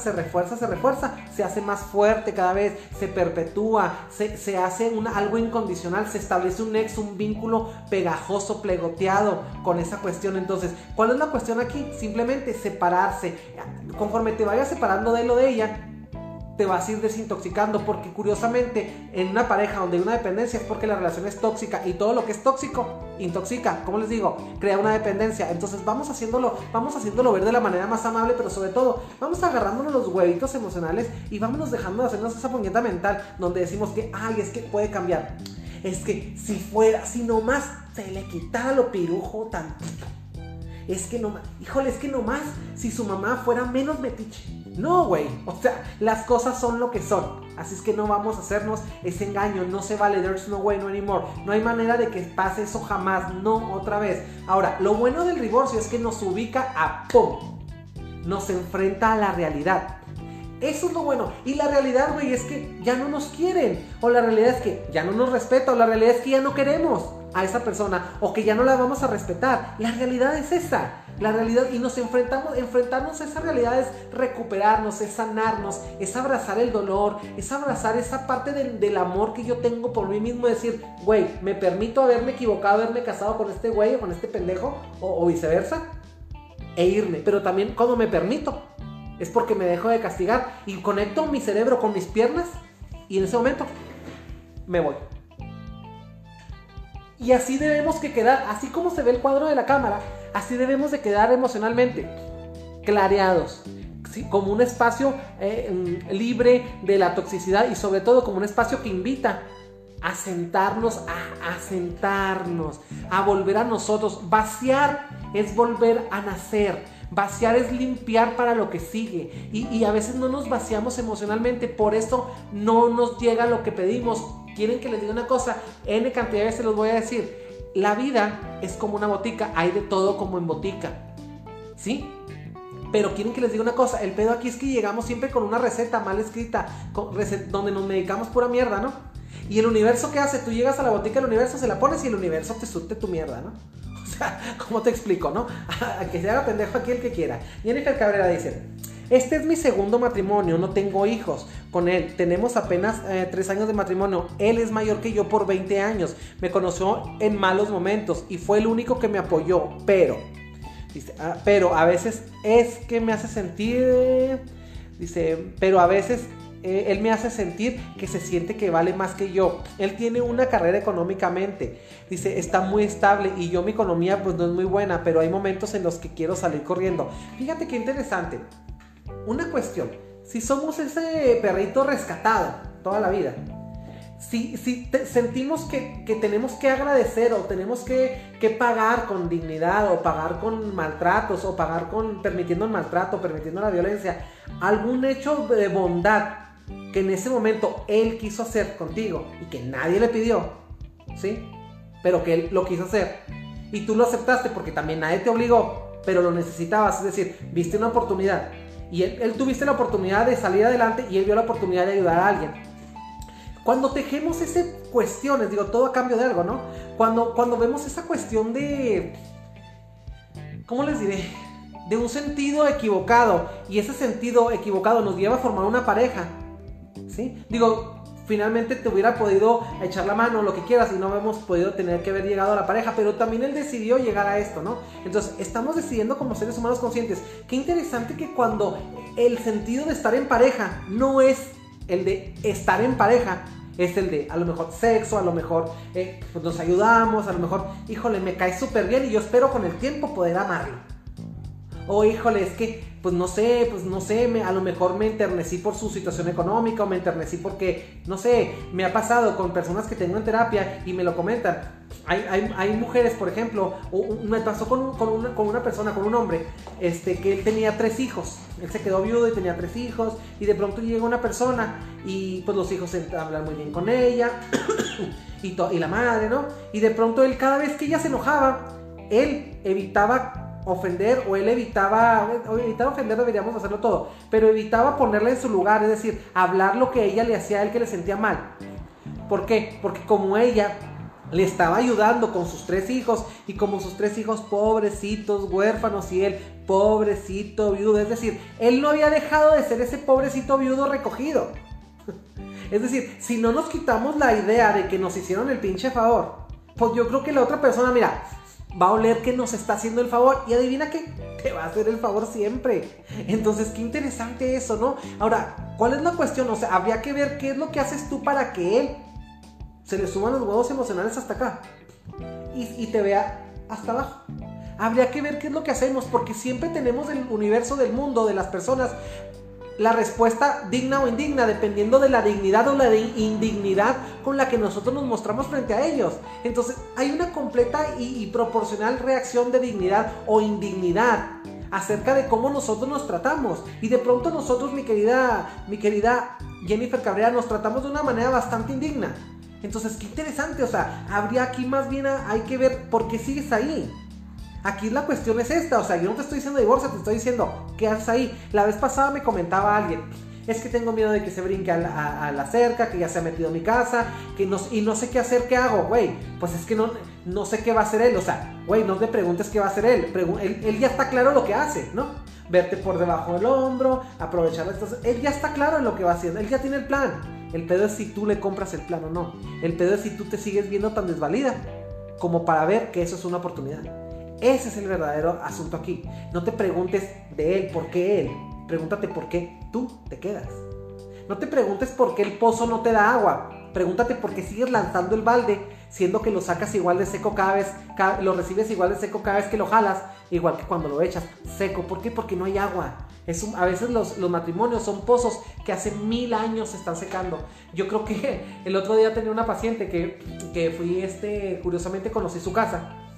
se hace más fuerte cada vez, se perpetúa, se hace algo incondicional, se establece un nexo, un vínculo pegajoso, plegoteado con esa cuestión. Entonces, ¿cuál es la cuestión aquí? Simplemente separarse. Conforme te vayas separando de él o de ella, te vas a ir desintoxicando, porque curiosamente en una pareja donde hay una dependencia es porque la relación es tóxica, y todo lo que es tóxico intoxica, como les digo, crea una dependencia. Entonces vamos haciéndolo ver de la manera más amable, pero sobre todo vamos agarrándonos los huevitos emocionales y vámonos dejando de hacernos esa puñeta mental donde decimos que es que puede cambiar, es que si nomás se le quitara lo pirujo tantito, es que nomás si su mamá fuera menos metiche. No, güey, o sea, las cosas son lo que son, así es que no vamos a hacernos ese engaño, no se vale, there's no way, no anymore, no hay manera de que pase eso jamás, no otra vez. Ahora, lo bueno del divorcio es que nos ubica nos enfrenta a la realidad. Eso es lo bueno. Y la realidad, güey, es que ya no nos quieren, o la realidad es que ya no nos respeta, o la realidad es que ya no queremos a esa persona, o que ya no la vamos a respetar. La realidad es esa. La realidad, y enfrentarnos a esa realidad es recuperarnos, es sanarnos, es abrazar el dolor, es abrazar esa parte del amor que yo tengo por mí mismo, decir, güey, me permito haberme equivocado, haberme casado con este güey o con este pendejo, o viceversa, e irme. Pero también, ¿cómo me permito? Es porque me dejo de castigar y conecto mi cerebro con mis piernas, y en ese momento me voy. Y así debemos que quedar, así como se ve el cuadro de la cámara, así debemos de quedar emocionalmente, clareados, ¿sí? Como un espacio libre de la toxicidad, y sobre todo como un espacio que invita a sentarnos, a volver a nosotros. Vaciar es volver a nacer. Vaciar es limpiar para lo que sigue, y a veces no nos vaciamos emocionalmente, por eso no nos llega lo que pedimos. ¿Quieren que les diga una cosa? N cantidad de veces los voy a decir. La vida es como una botica, hay de todo como en botica, ¿sí? Pero quieren que les diga una cosa, el pedo aquí es que llegamos siempre con una receta mal escrita, donde nos medicamos pura mierda, ¿no? Y el universo, ¿qué hace? Tú llegas a la botica del universo, se la pones y el universo te surte tu mierda, ¿no? O sea, ¿cómo te explico, no? A que se haga pendejo aquí el que quiera. Jennifer Cabrera dice, Este es mi segundo matrimonio, no tengo hijos con él. Tenemos apenas 3 años de matrimonio. Él es mayor que yo por 20 años. Me conoció en malos momentos y fue el único que me apoyó. Pero a veces es que me hace sentir... pero a veces él me hace sentir que se siente que vale más que yo. Él tiene una carrera económicamente. Está muy estable y yo mi economía pues no es muy buena, pero hay momentos en los que quiero salir corriendo. Fíjate qué interesante. Una cuestión. Si somos ese perrito rescatado toda la vida, si sentimos que tenemos que agradecer o tenemos que pagar con dignidad o pagar con maltratos o pagar permitiendo el maltrato, permitiendo la violencia, algún hecho de bondad que en ese momento él quiso hacer contigo y que nadie le pidió, ¿sí? Pero que él lo quiso hacer y tú lo aceptaste porque también nadie te obligó, pero lo necesitabas, es decir, viste una oportunidad y él tuviste la oportunidad de salir adelante y él vio la oportunidad de ayudar a alguien. Cuando tejemos esas cuestiones, todo a cambio de algo, ¿no? Cuando vemos esa cuestión de... ¿Cómo les diré? De un sentido equivocado, y ese sentido equivocado nos lleva a formar una pareja, ¿sí? Finalmente te hubiera podido echar la mano, lo que quieras, y no hemos podido tener que haber llegado a la pareja, pero también él decidió llegar a esto, ¿no? Entonces, estamos decidiendo como seres humanos conscientes. Qué interesante que cuando el sentido de estar en pareja no es el de estar en pareja, es el de a lo mejor sexo, a lo mejor pues nos ayudamos, a lo mejor, híjole, me cae súper bien y yo espero con el tiempo poder amarlo. O híjole, es que, pues no sé, a lo mejor me enternecí por su situación económica o me enternecí porque, no sé, me ha pasado con personas que tengo en terapia y me lo comentan. Hay mujeres, por ejemplo, me pasó con una persona, con un hombre, que él tenía 3 hijos. Él se quedó viudo y tenía 3 hijos y de pronto llega una persona y pues los hijos hablan muy bien con ella y la madre, ¿no? Y de pronto él, cada vez que ella se enojaba, él evitaba ofender o él evitaba ofender, deberíamos hacerlo todo, pero evitaba ponerla en su lugar, es decir, hablar lo que ella le hacía a él que le sentía mal. ¿Por qué? Porque como ella le estaba ayudando con sus 3 hijos y como sus 3 hijos pobrecitos, huérfanos y él pobrecito viudo, es decir, él no había dejado de ser ese pobrecito viudo recogido. Es decir, si no nos quitamos la idea de que nos hicieron el pinche favor, pues yo creo que la otra persona, mira, va a oler que nos está haciendo el favor y adivina qué, te va a hacer el favor siempre. Entonces, qué interesante eso, ¿no? Ahora, ¿cuál es la cuestión? O sea, habría que ver qué es lo que haces tú para que él se le suban los huevos emocionales hasta acá y te vea hasta abajo. Habría que ver qué es lo que hacemos, porque siempre tenemos del universo, del mundo, de las personas, la respuesta digna o indigna, dependiendo de la dignidad o la indignidad con la que nosotros nos mostramos frente a ellos. Entonces, hay una completa y proporcional reacción de dignidad o indignidad acerca de cómo nosotros nos tratamos. Y de pronto nosotros, mi querida Jennifer Cabrera, nos tratamos de una manera bastante indigna. Entonces, qué interesante, o sea, habría aquí más bien hay que ver por qué sigues ahí. Aquí la cuestión es esta, o sea, yo no te estoy diciendo divorcio, te estoy diciendo, ¿qué haces ahí? La vez pasada me comentaba alguien, es que tengo miedo de que se brinque a la cerca, que ya se ha metido en mi casa, y no sé qué hacer, ¿qué hago? Güey, pues es que no sé qué va a hacer él, o sea, güey, no te preguntes qué va a hacer él, él ya está claro lo que hace, ¿no? Verte por debajo del hombro, aprovechar estas, él ya está claro en lo que va haciendo, él ya tiene el plan. El pedo es si tú le compras el plan o no. El pedo es si tú te sigues viendo tan desvalida como para ver que eso es una oportunidad. Ese es el verdadero asunto aquí. No te preguntes de él, por qué él. Pregúntate por qué tú te quedas. No te preguntes por qué el pozo no te da agua. Pregúntate por qué sigues lanzando el balde, siendo que lo sacas igual de seco lo recibes igual de seco cada vez que lo jalas, igual que cuando lo echas seco. ¿Por qué? Porque no hay agua. A veces los matrimonios son pozos que hace 1000 años se están secando. Yo creo que el otro día tenía una paciente que fui, curiosamente conocí su casa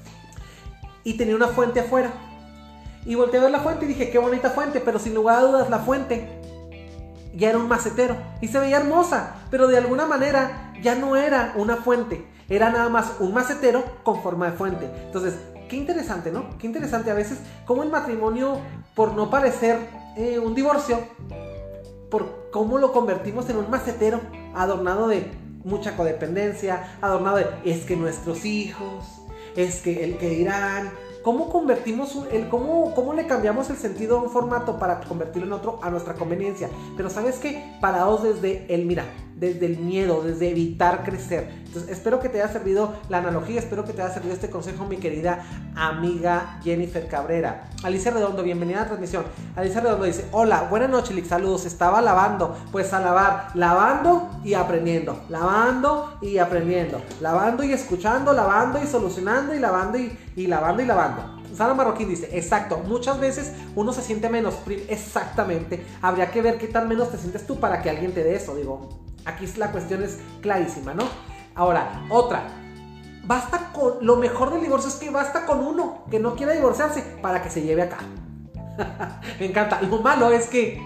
y tenía una fuente afuera. Y volteé a ver la fuente y dije, qué bonita fuente, pero sin lugar a dudas la fuente ya era un macetero y se veía hermosa, pero de alguna manera ya no era una fuente, era nada más un macetero con forma de fuente. Entonces, qué interesante, ¿no? Qué interesante a veces cómo el matrimonio, por no parecer un divorcio, por cómo lo convertimos en un macetero adornado de mucha codependencia, adornado de es que nuestros hijos, es que el que dirán, ¿cómo convertimos cómo le cambiamos el sentido a un formato para convertirlo en otro a nuestra conveniencia? Pero ¿sabes qué? Parados desde el miedo, desde evitar crecer. Entonces, espero que te haya servido la analogía, espero que te haya servido este consejo, mi querida amiga Jennifer Cabrera. Alicia Redondo, bienvenida a la transmisión. Alicia Redondo dice: hola, buenas noches, Lick, saludos, estaba lavando. Pues a lavar, lavando y aprendiendo, lavando y aprendiendo, lavando y escuchando, lavando y solucionando, y lavando y lavando y lavando. Sara Marroquín dice: exacto, muchas veces uno se siente menos. Exactamente, habría que ver qué tan menos te sientes tú para que alguien te dé eso. Digo, aquí la cuestión es clarísima, ¿no? Ahora, otra, basta con, lo mejor del divorcio es que basta con uno que no quiera divorciarse para que se lleve acá. Me encanta. Lo malo es que,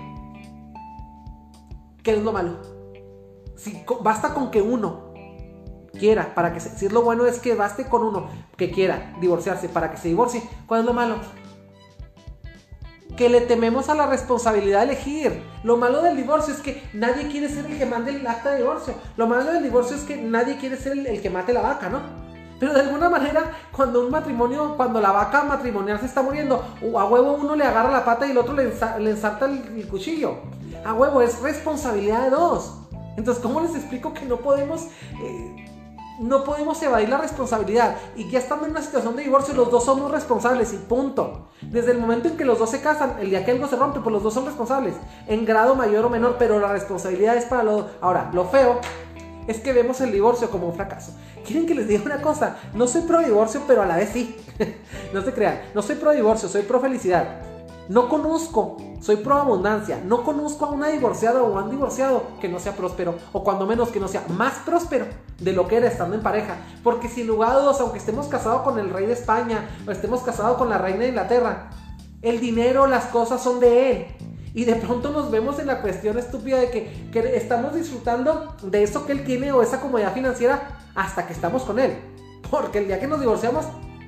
¿qué es lo malo? Si basta con que uno quiera para que si lo bueno es que baste con uno que quiera divorciarse para que se divorcie. ¿Cuál es lo malo? Que le tememos a la responsabilidad de elegir. Lo malo del divorcio es que nadie quiere ser el que mande el acta de divorcio. Lo malo del divorcio es que nadie quiere ser el que mate la vaca, ¿no? Pero de alguna manera, cuando la vaca matrimonial se está muriendo, a huevo uno le agarra la pata y el otro le ensarta el cuchillo. A huevo, es responsabilidad de dos. Entonces, ¿cómo les explico que no podemos evadir la responsabilidad? Y ya estando en una situación de divorcio, los dos somos responsables y punto. Desde el momento en que los dos se casan, el día que algo se rompe, pues los dos son responsables, en grado mayor o menor, pero la responsabilidad es para los dos. Ahora, lo feo es que vemos el divorcio como un fracaso. ¿Quieren que les diga una cosa? No soy pro divorcio, pero a la vez sí. No se crean, no soy pro divorcio, soy pro felicidad. No conozco, soy pro abundancia, no conozco a una divorciada o a un divorciado que no sea próspero, o cuando menos que no sea más próspero de lo que era estando en pareja. Porque sin lugar a dudas, aunque estemos casados con el rey de España o estemos casados con la reina de Inglaterra, el dinero, las cosas son de él. Y de pronto nos vemos en la cuestión estúpida de que estamos disfrutando de eso que él tiene o esa comodidad financiera hasta que estamos con él. Porque el día que nos divorciamos,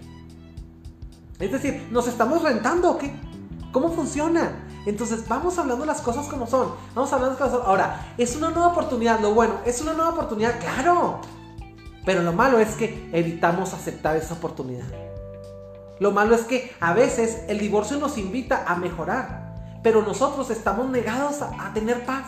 es decir, ¿nos estamos rentando o qué? ¿Cómo funciona? Entonces vamos hablando las cosas como son. Vamos hablando las cosas. Ahora, es una nueva oportunidad. Lo bueno, es una nueva oportunidad, claro. Pero lo malo es que evitamos aceptar esa oportunidad. Lo malo es que a veces el divorcio nos invita a mejorar, pero nosotros estamos negados a tener paz.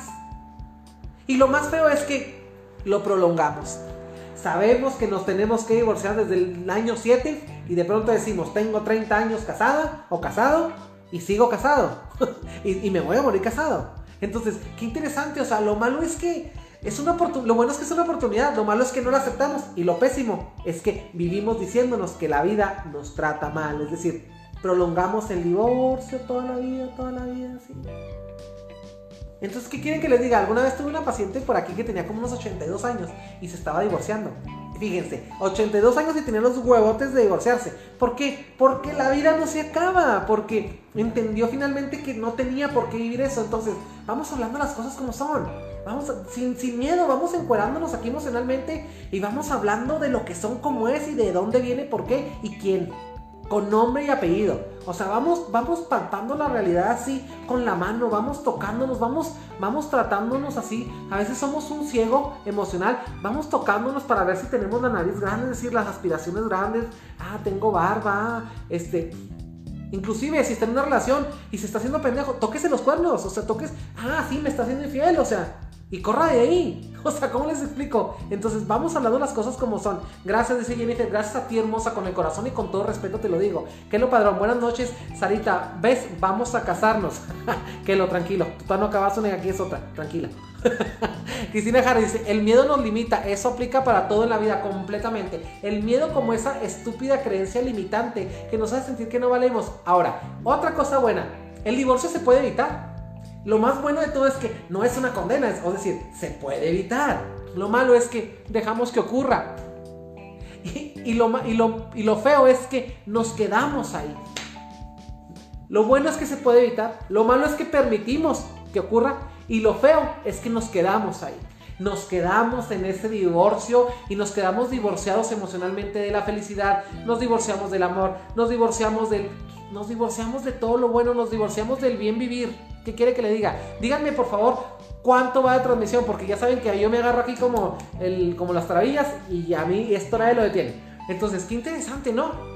Y lo más feo es que lo prolongamos. Sabemos que nos tenemos que divorciar desde el año 7 y de pronto decimos: tengo 30 años casada o casado y sigo casado y me voy a morir casado. Entonces, qué interesante. O sea, lo malo es que es una oportunidad. Lo bueno es que es una oportunidad, lo malo es que no la aceptamos. Y lo pésimo es que vivimos diciéndonos que la vida nos trata mal. Es decir, prolongamos el divorcio toda la vida, así. Entonces, ¿qué quieren que les diga? Alguna vez tuve una paciente por aquí que tenía como unos 82 años y se estaba divorciando. Fíjense, 82 años y tenía los huevotes de divorciarse. ¿Por qué? Porque la vida no se acaba. Porque entendió finalmente que no tenía por qué vivir eso. Entonces, vamos hablando las cosas como son. Vamos sin miedo, vamos encuerándonos aquí emocionalmente y vamos hablando de lo que son, como es y de dónde viene, por qué y quién. Con nombre y apellido. O sea, vamos palpando la realidad así con la mano, vamos tocándonos, vamos tratándonos así. A veces somos un ciego emocional, vamos tocándonos para ver si tenemos la nariz grande, es decir, las aspiraciones grandes. Tengo barba, inclusive si está en una relación y se está haciendo pendejo, tóquese los cuernos, o sea, sí, me está haciendo infiel, o sea, y corra de ahí. O sea, ¿cómo les explico? Entonces, vamos hablando las cosas como son. Gracias, dice Jennifer, gracias a ti, hermosa, con el corazón y con todo respeto te lo digo. Que lo padrón, buenas noches, Sarita. ¿Ves? Vamos a casarnos. Que lo tranquilo, tú todavía no acabas una y aquí es otra, tranquila. Cristina Jara dice: el miedo nos limita. Eso aplica para todo en la vida, completamente. El miedo como esa estúpida creencia limitante que nos hace sentir que no valemos. Ahora, otra cosa buena, el divorcio se puede evitar. Lo más bueno de todo es que no es una condena, es decir, se puede evitar. Lo malo es que dejamos que ocurra. Y lo feo es que nos quedamos ahí. Lo bueno es que se puede evitar. Lo malo es que permitimos que ocurra. Y lo feo es que nos quedamos ahí. Nos quedamos en ese divorcio y nos quedamos divorciados emocionalmente de la felicidad. Nos divorciamos del amor. Nos divorciamos de todo lo bueno. Nos divorciamos del bien vivir. ¿Qué quiere que le diga? Díganme, por favor, cuánto va de transmisión, porque ya saben que yo me agarro aquí como las trabillas y a mí esto nadie lo detiene. Entonces, qué interesante, ¿no?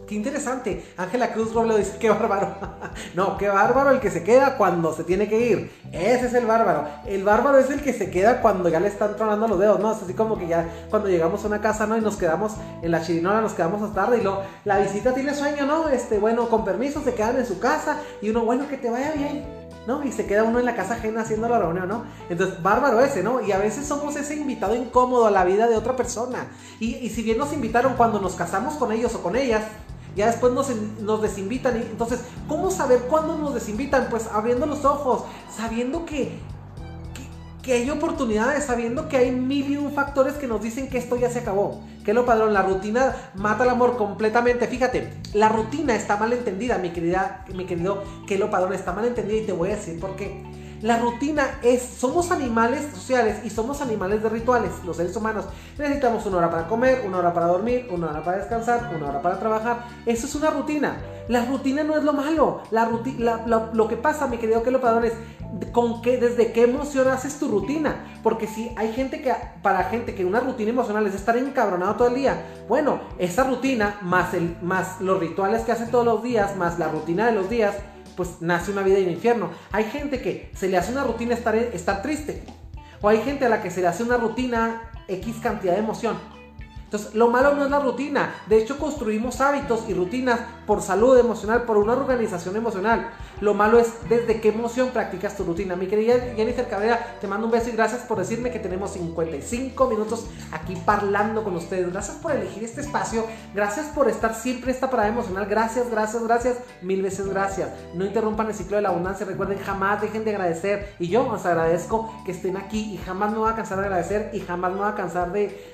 qué interesante. Ángela Cruz Robledo dice, qué bárbaro. No, qué bárbaro el que se queda cuando se tiene que ir. Ese es el bárbaro. El bárbaro es el que se queda cuando ya le están tronando los dedos, ¿no? Es así como que ya cuando llegamos a una casa, ¿no? Y nos quedamos en la chirinola, nos quedamos hasta tarde y luego la visita tiene sueño, ¿no? Bueno, con permiso, se quedan en su casa y uno, bueno, que te vaya bien, ¿no? Y se queda uno en la casa ajena haciendo la reunión, ¿no? Entonces, bárbaro ese, ¿no? Y a veces somos ese invitado incómodo a la vida de otra persona. Y si bien nos invitaron cuando nos casamos con ellos o con ellas, ya después nos desinvitan. Y entonces, ¿cómo saber cuándo nos desinvitan? Pues abriendo los ojos, sabiendo que hay oportunidades, sabiendo que hay mil y un factores que nos dicen que esto ya se acabó. Que lo padrón, la rutina mata el amor completamente. Fíjate, la rutina está mal entendida, mi querido que lo padrón, está mal entendida y te voy a decir por qué. La rutina somos animales sociales y somos animales de rituales, los seres humanos. Necesitamos 1 hora para comer, 1 hora para dormir, 1 hora para descansar, 1 hora para trabajar. Eso es una rutina. La rutina no es lo malo. Lo que pasa, mi querido que lo padrón, es desde qué emoción haces tu rutina. Porque si hay para gente que una rutina emocional es estar encabronado todo el día, bueno, esa rutina más los rituales que hace todos los días, más la rutina de los días, pues nace una vida en el infierno. Hay gente que se le hace una rutina estar triste, o hay gente a la que se le hace una rutina X cantidad de emoción. Entonces, lo malo no es la rutina. De hecho, construimos hábitos y rutinas por salud emocional, por una organización emocional. Lo malo es desde qué emoción practicas tu rutina. Mi querida Jennifer Cabrera, te mando un beso y gracias por decirme que tenemos 55 minutos aquí parlando con ustedes. Gracias por elegir este espacio. Gracias por estar siempre en esta parada emocional. Gracias, gracias, gracias. Mil veces gracias. No interrumpan el ciclo de la abundancia. Recuerden, jamás dejen de agradecer. Y yo os agradezco que estén aquí y jamás me voy a cansar de agradecer y jamás me voy a cansar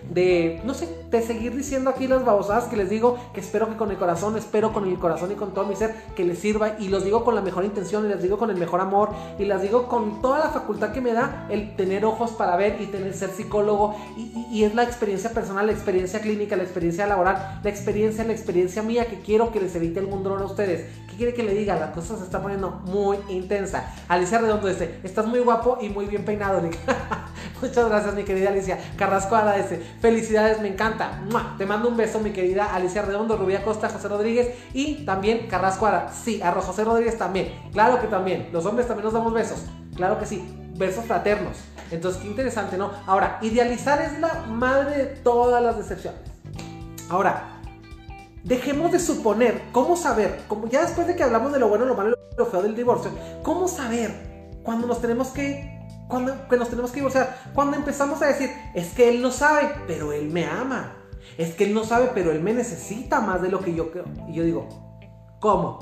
de seguir diciendo aquí las babosadas que les digo, que espero que con el corazón, espero con el corazón y con todo mi ser que les sirva, y los digo con la mejor intención, y les digo con el mejor amor, y las digo con toda la facultad que me da el tener ojos para ver y ser psicólogo, y es la experiencia personal, la experiencia clínica, la experiencia laboral, la experiencia mía que quiero que les evite algún dolor a ustedes. ¿Qué quiere que le diga? La cosa se está poniendo muy intensa. Alicia Redondo dice, estás muy guapo y muy bien peinado. Muchas gracias, mi querida Alicia. Carrasco Ada dice, felicidades, me encanta. ¡Mua! Te mando un beso, mi querida Alicia Redondo, Rubia Costa, José Rodríguez y también Carrasco Ada. Sí, a José Rodríguez también. Claro que también. Los hombres también nos damos besos. Claro que sí. Besos fraternos. Entonces, qué interesante, ¿no? Ahora, idealizar es la madre de todas las decepciones. Ahora, dejemos de suponer. ¿Cómo saber? Como ya después de que hablamos de lo bueno, lo malo y lo feo del divorcio, ¿cómo saber cuando nos tenemos que divorciar? Cuando empezamos a decir, es que él no sabe, pero él me ama. Es que él no sabe, pero él me necesita más de lo que yo creo. Y yo digo, ¿cómo?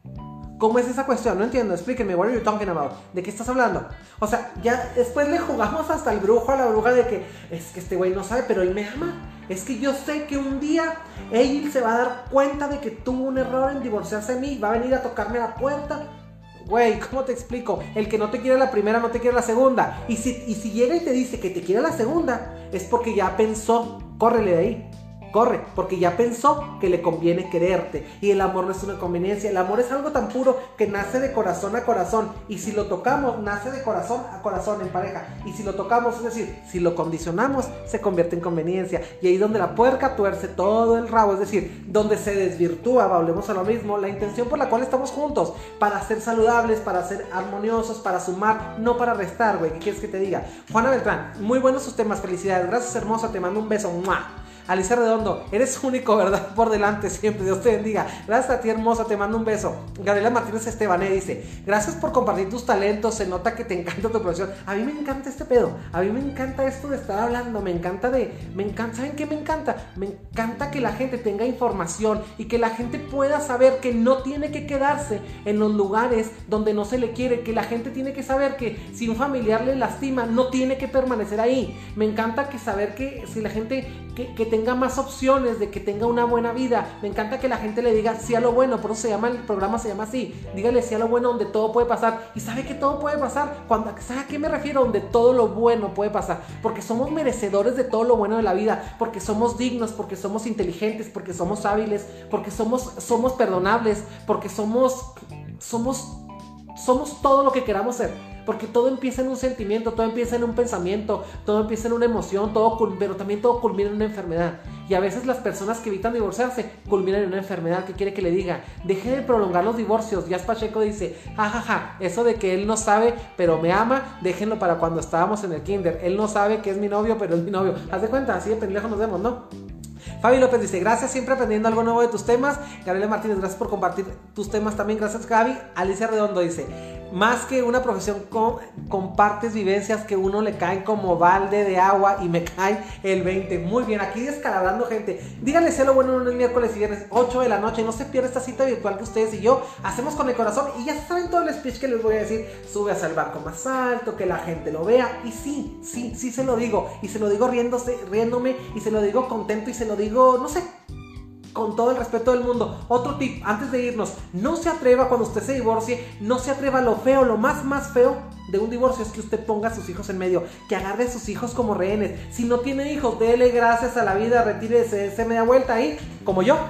¿Cómo es esa cuestión? No entiendo, explíquenme, what are you talking about? ¿De qué estás hablando? O sea, ya después le jugamos hasta el brujo a la bruja de que es que este güey no sabe, pero él me ama. Es que yo sé que un día él se va a dar cuenta de que tuvo un error en divorciarse de mí, va a venir a tocarme a la puerta. Güey, ¿cómo te explico? El que no te quiere la primera no te quiere la segunda. Y si llega y te dice que te quiere la segunda, es porque ya pensó, córrele de ahí. Corre, porque ya pensó que le conviene quererte. Y el amor no es una conveniencia. El amor es algo tan puro que nace de corazón a corazón. Y si lo tocamos, nace de corazón a corazón en pareja. Y si lo tocamos, es decir, si lo condicionamos, se convierte en conveniencia. Y ahí donde la puerca tuerce todo el rabo, es decir, donde se desvirtúa, volvemos a lo mismo, la intención por la cual estamos juntos. Para ser saludables, para ser armoniosos, para sumar, no para restar, güey. ¿Qué quieres que te diga? Juana Beltrán, muy buenos sus temas, felicidades. Gracias, hermosa, te mando un beso. ¡Mua! Alicia Redondo, eres único, ¿verdad? Por delante siempre, Dios te bendiga. Gracias a ti, hermosa, te mando un beso. Gabriela Martínez Estebané dice, gracias por compartir tus talentos, se nota que te encanta tu profesión. A mí me encanta este pedo, a mí me encanta esto de estar hablando, me encanta, ¿saben qué me encanta? Me encanta que la gente tenga información y que la gente pueda saber que no tiene que quedarse en los lugares donde no se le quiere, que la gente tiene que saber que si un familiar le lastima, no tiene que permanecer ahí. Me encanta que saber que si la gente que tenga más opciones, de que tenga una buena vida. Me encanta que la gente le diga sí a lo bueno, por eso el programa se llama así. Dígale sí a lo bueno, donde todo puede pasar. Y sabe que todo puede pasar. ¿Sabe a qué me refiero? Donde todo lo bueno puede pasar. Porque somos merecedores de todo lo bueno de la vida. Porque somos dignos, porque somos inteligentes, porque somos hábiles, porque somos perdonables, porque somos todo lo que queramos ser. Porque todo empieza en un sentimiento, todo empieza en un pensamiento, todo empieza en una emoción, pero también todo culmina en una enfermedad. y a veces las personas que evitan divorciarse culminan en una enfermedad. ¿Qué quiere que le diga? Deje de prolongar los divorcios. Jazz Pacheco dice, jajaja, eso de que él no sabe pero me ama, déjenlo para cuando estábamos en el kinder. Él no sabe que es mi novio, pero es mi novio. Haz de cuenta, así de pendejo nos vemos, ¿no? Fabi López dice, gracias, siempre aprendiendo algo nuevo de tus temas. Gabriela Martínez, gracias por compartir tus temas también, gracias Gaby. Alicia Redondo dice, más que una profesión, compartes vivencias que uno le caen como balde de agua y me cae el 20. Muy bien, aquí descalabrando gente. Díganle sea lo bueno lunes, miércoles y viernes, 8 de la noche. No se pierda esta cita virtual que ustedes y yo hacemos con el corazón. Y ya saben todo el speech que les voy a decir. Subes al banco más alto, que la gente lo vea. Y sí se lo digo. Y se lo digo riéndome. Y se lo digo contento. Y se lo digo, no sé, con todo el respeto del mundo. Otro tip, antes de irnos, no se atreva cuando usted se divorcie, no se atreva a lo feo, lo más feo de un divorcio es que usted ponga a sus hijos en medio, que agarre a sus hijos como rehenes. Si no tiene hijos, dele gracias a la vida, retírese, se me da vuelta ahí, como yo.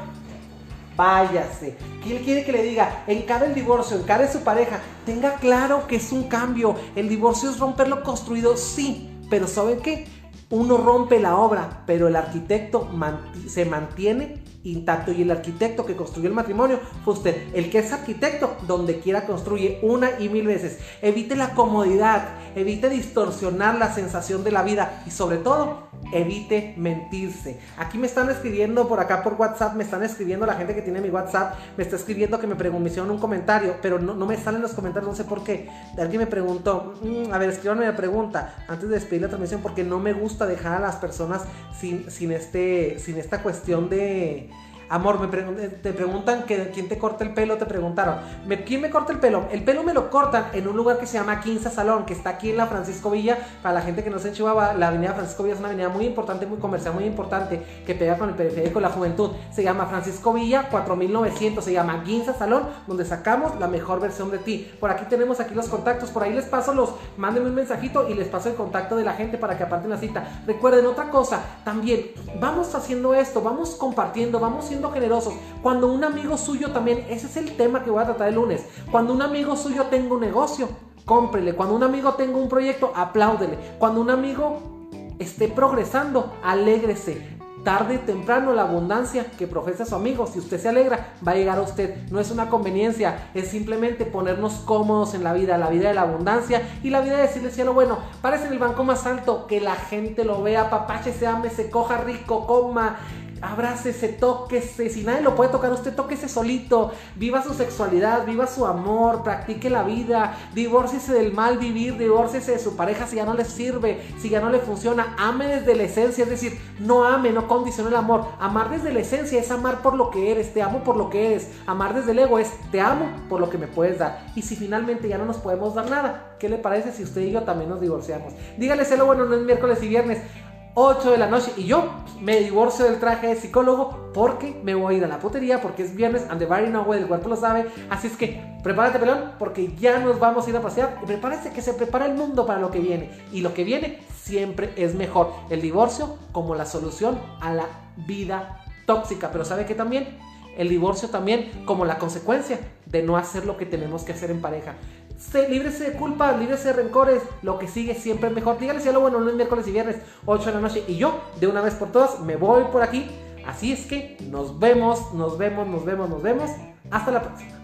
Váyase. ¿Qué él quiere que le diga? Encare el divorcio, encare su pareja, tenga claro que es un cambio. El divorcio es romper lo construido, sí, pero ¿saben qué? Uno rompe la obra, pero el arquitecto se mantiene intacto, y el arquitecto que construyó el matrimonio fue usted. El que es arquitecto, donde quiera construye una y mil veces. Evite la comodidad, evite distorsionar la sensación de la vida y sobre todo, evite mentirse. Aquí me están escribiendo por acá por WhatsApp, me están escribiendo la gente que tiene mi WhatsApp, me está escribiendo que me hicieron un comentario, pero no me salen los comentarios, no sé por qué. Alguien me preguntó, a ver, escríbanme la pregunta antes de despedir la transmisión, porque no me gusta dejar a las personas sin esta cuestión de... Amor, te preguntan que quién te corta el pelo, te preguntaron. ¿Quién me corta el pelo? El pelo me lo cortan en un lugar que se llama Quinza Salón, que está aquí en la Francisco Villa. Para la gente que no se en Chihuahua, la avenida Francisco Villa es una avenida muy importante, muy comercial, muy importante, que pega con el periférico de la juventud. Se llama Francisco Villa 4900, se llama Quinza Salón, donde sacamos la mejor versión de ti. Por aquí tenemos aquí los contactos, por ahí les paso mándenme un mensajito y les paso el contacto de la gente para que aparten la cita. Recuerden otra cosa, también, vamos haciendo esto, vamos compartiendo, vamos siendo generosos. Cuando un amigo suyo también, ese es el tema que voy a tratar el lunes, cuando un amigo suyo tenga un negocio, cómprele. Cuando un amigo tenga un proyecto, apláudele. Cuando un amigo esté progresando, alégrese. Tarde o temprano la abundancia que profesa su amigo, si usted se alegra, va a llegar a usted. No es una conveniencia, es simplemente ponernos cómodos en la vida de la abundancia y la vida de decirle cielo bueno. Párese en el banco más alto, que la gente lo vea, papáchese, ámese, coja rico, coma, abrácese, tóquese. Si nadie lo puede tocar, usted tóquese solito. Viva su sexualidad, viva su amor, practique la vida. Divórciese del mal vivir, divórciese de su pareja si ya no le sirve, si ya no le funciona. Ame desde la esencia, es decir, no ame, no condicione el amor. Amar desde la esencia es amar por lo que eres, te amo por lo que eres. Amar desde el ego es te amo por lo que me puedes dar. Y si finalmente ya no nos podemos dar nada, ¿qué le parece si usted y yo también nos divorciamos? Dígale cielo bueno, no es miércoles y viernes, 8 de la noche, y yo me divorcio del traje de psicólogo porque me voy a ir a la putería, porque es viernes and the body no way, el cuerpo lo sabe. Así es que prepárate, pelón, porque ya nos vamos a ir a pasear, y prepárese que se prepara el mundo para lo que viene, y lo que viene siempre es mejor. El divorcio como la solución a la vida tóxica, pero ¿sabe qué también? El divorcio también como la consecuencia de no hacer lo que tenemos que hacer en pareja. Líbrese de culpa, líbrese de rencores. Lo que sigue siempre es mejor. Dígale cielo bueno, no es miércoles y viernes, 8 de la noche. Y yo, de una vez por todas, me voy por aquí. Así es que nos vemos. Hasta la próxima.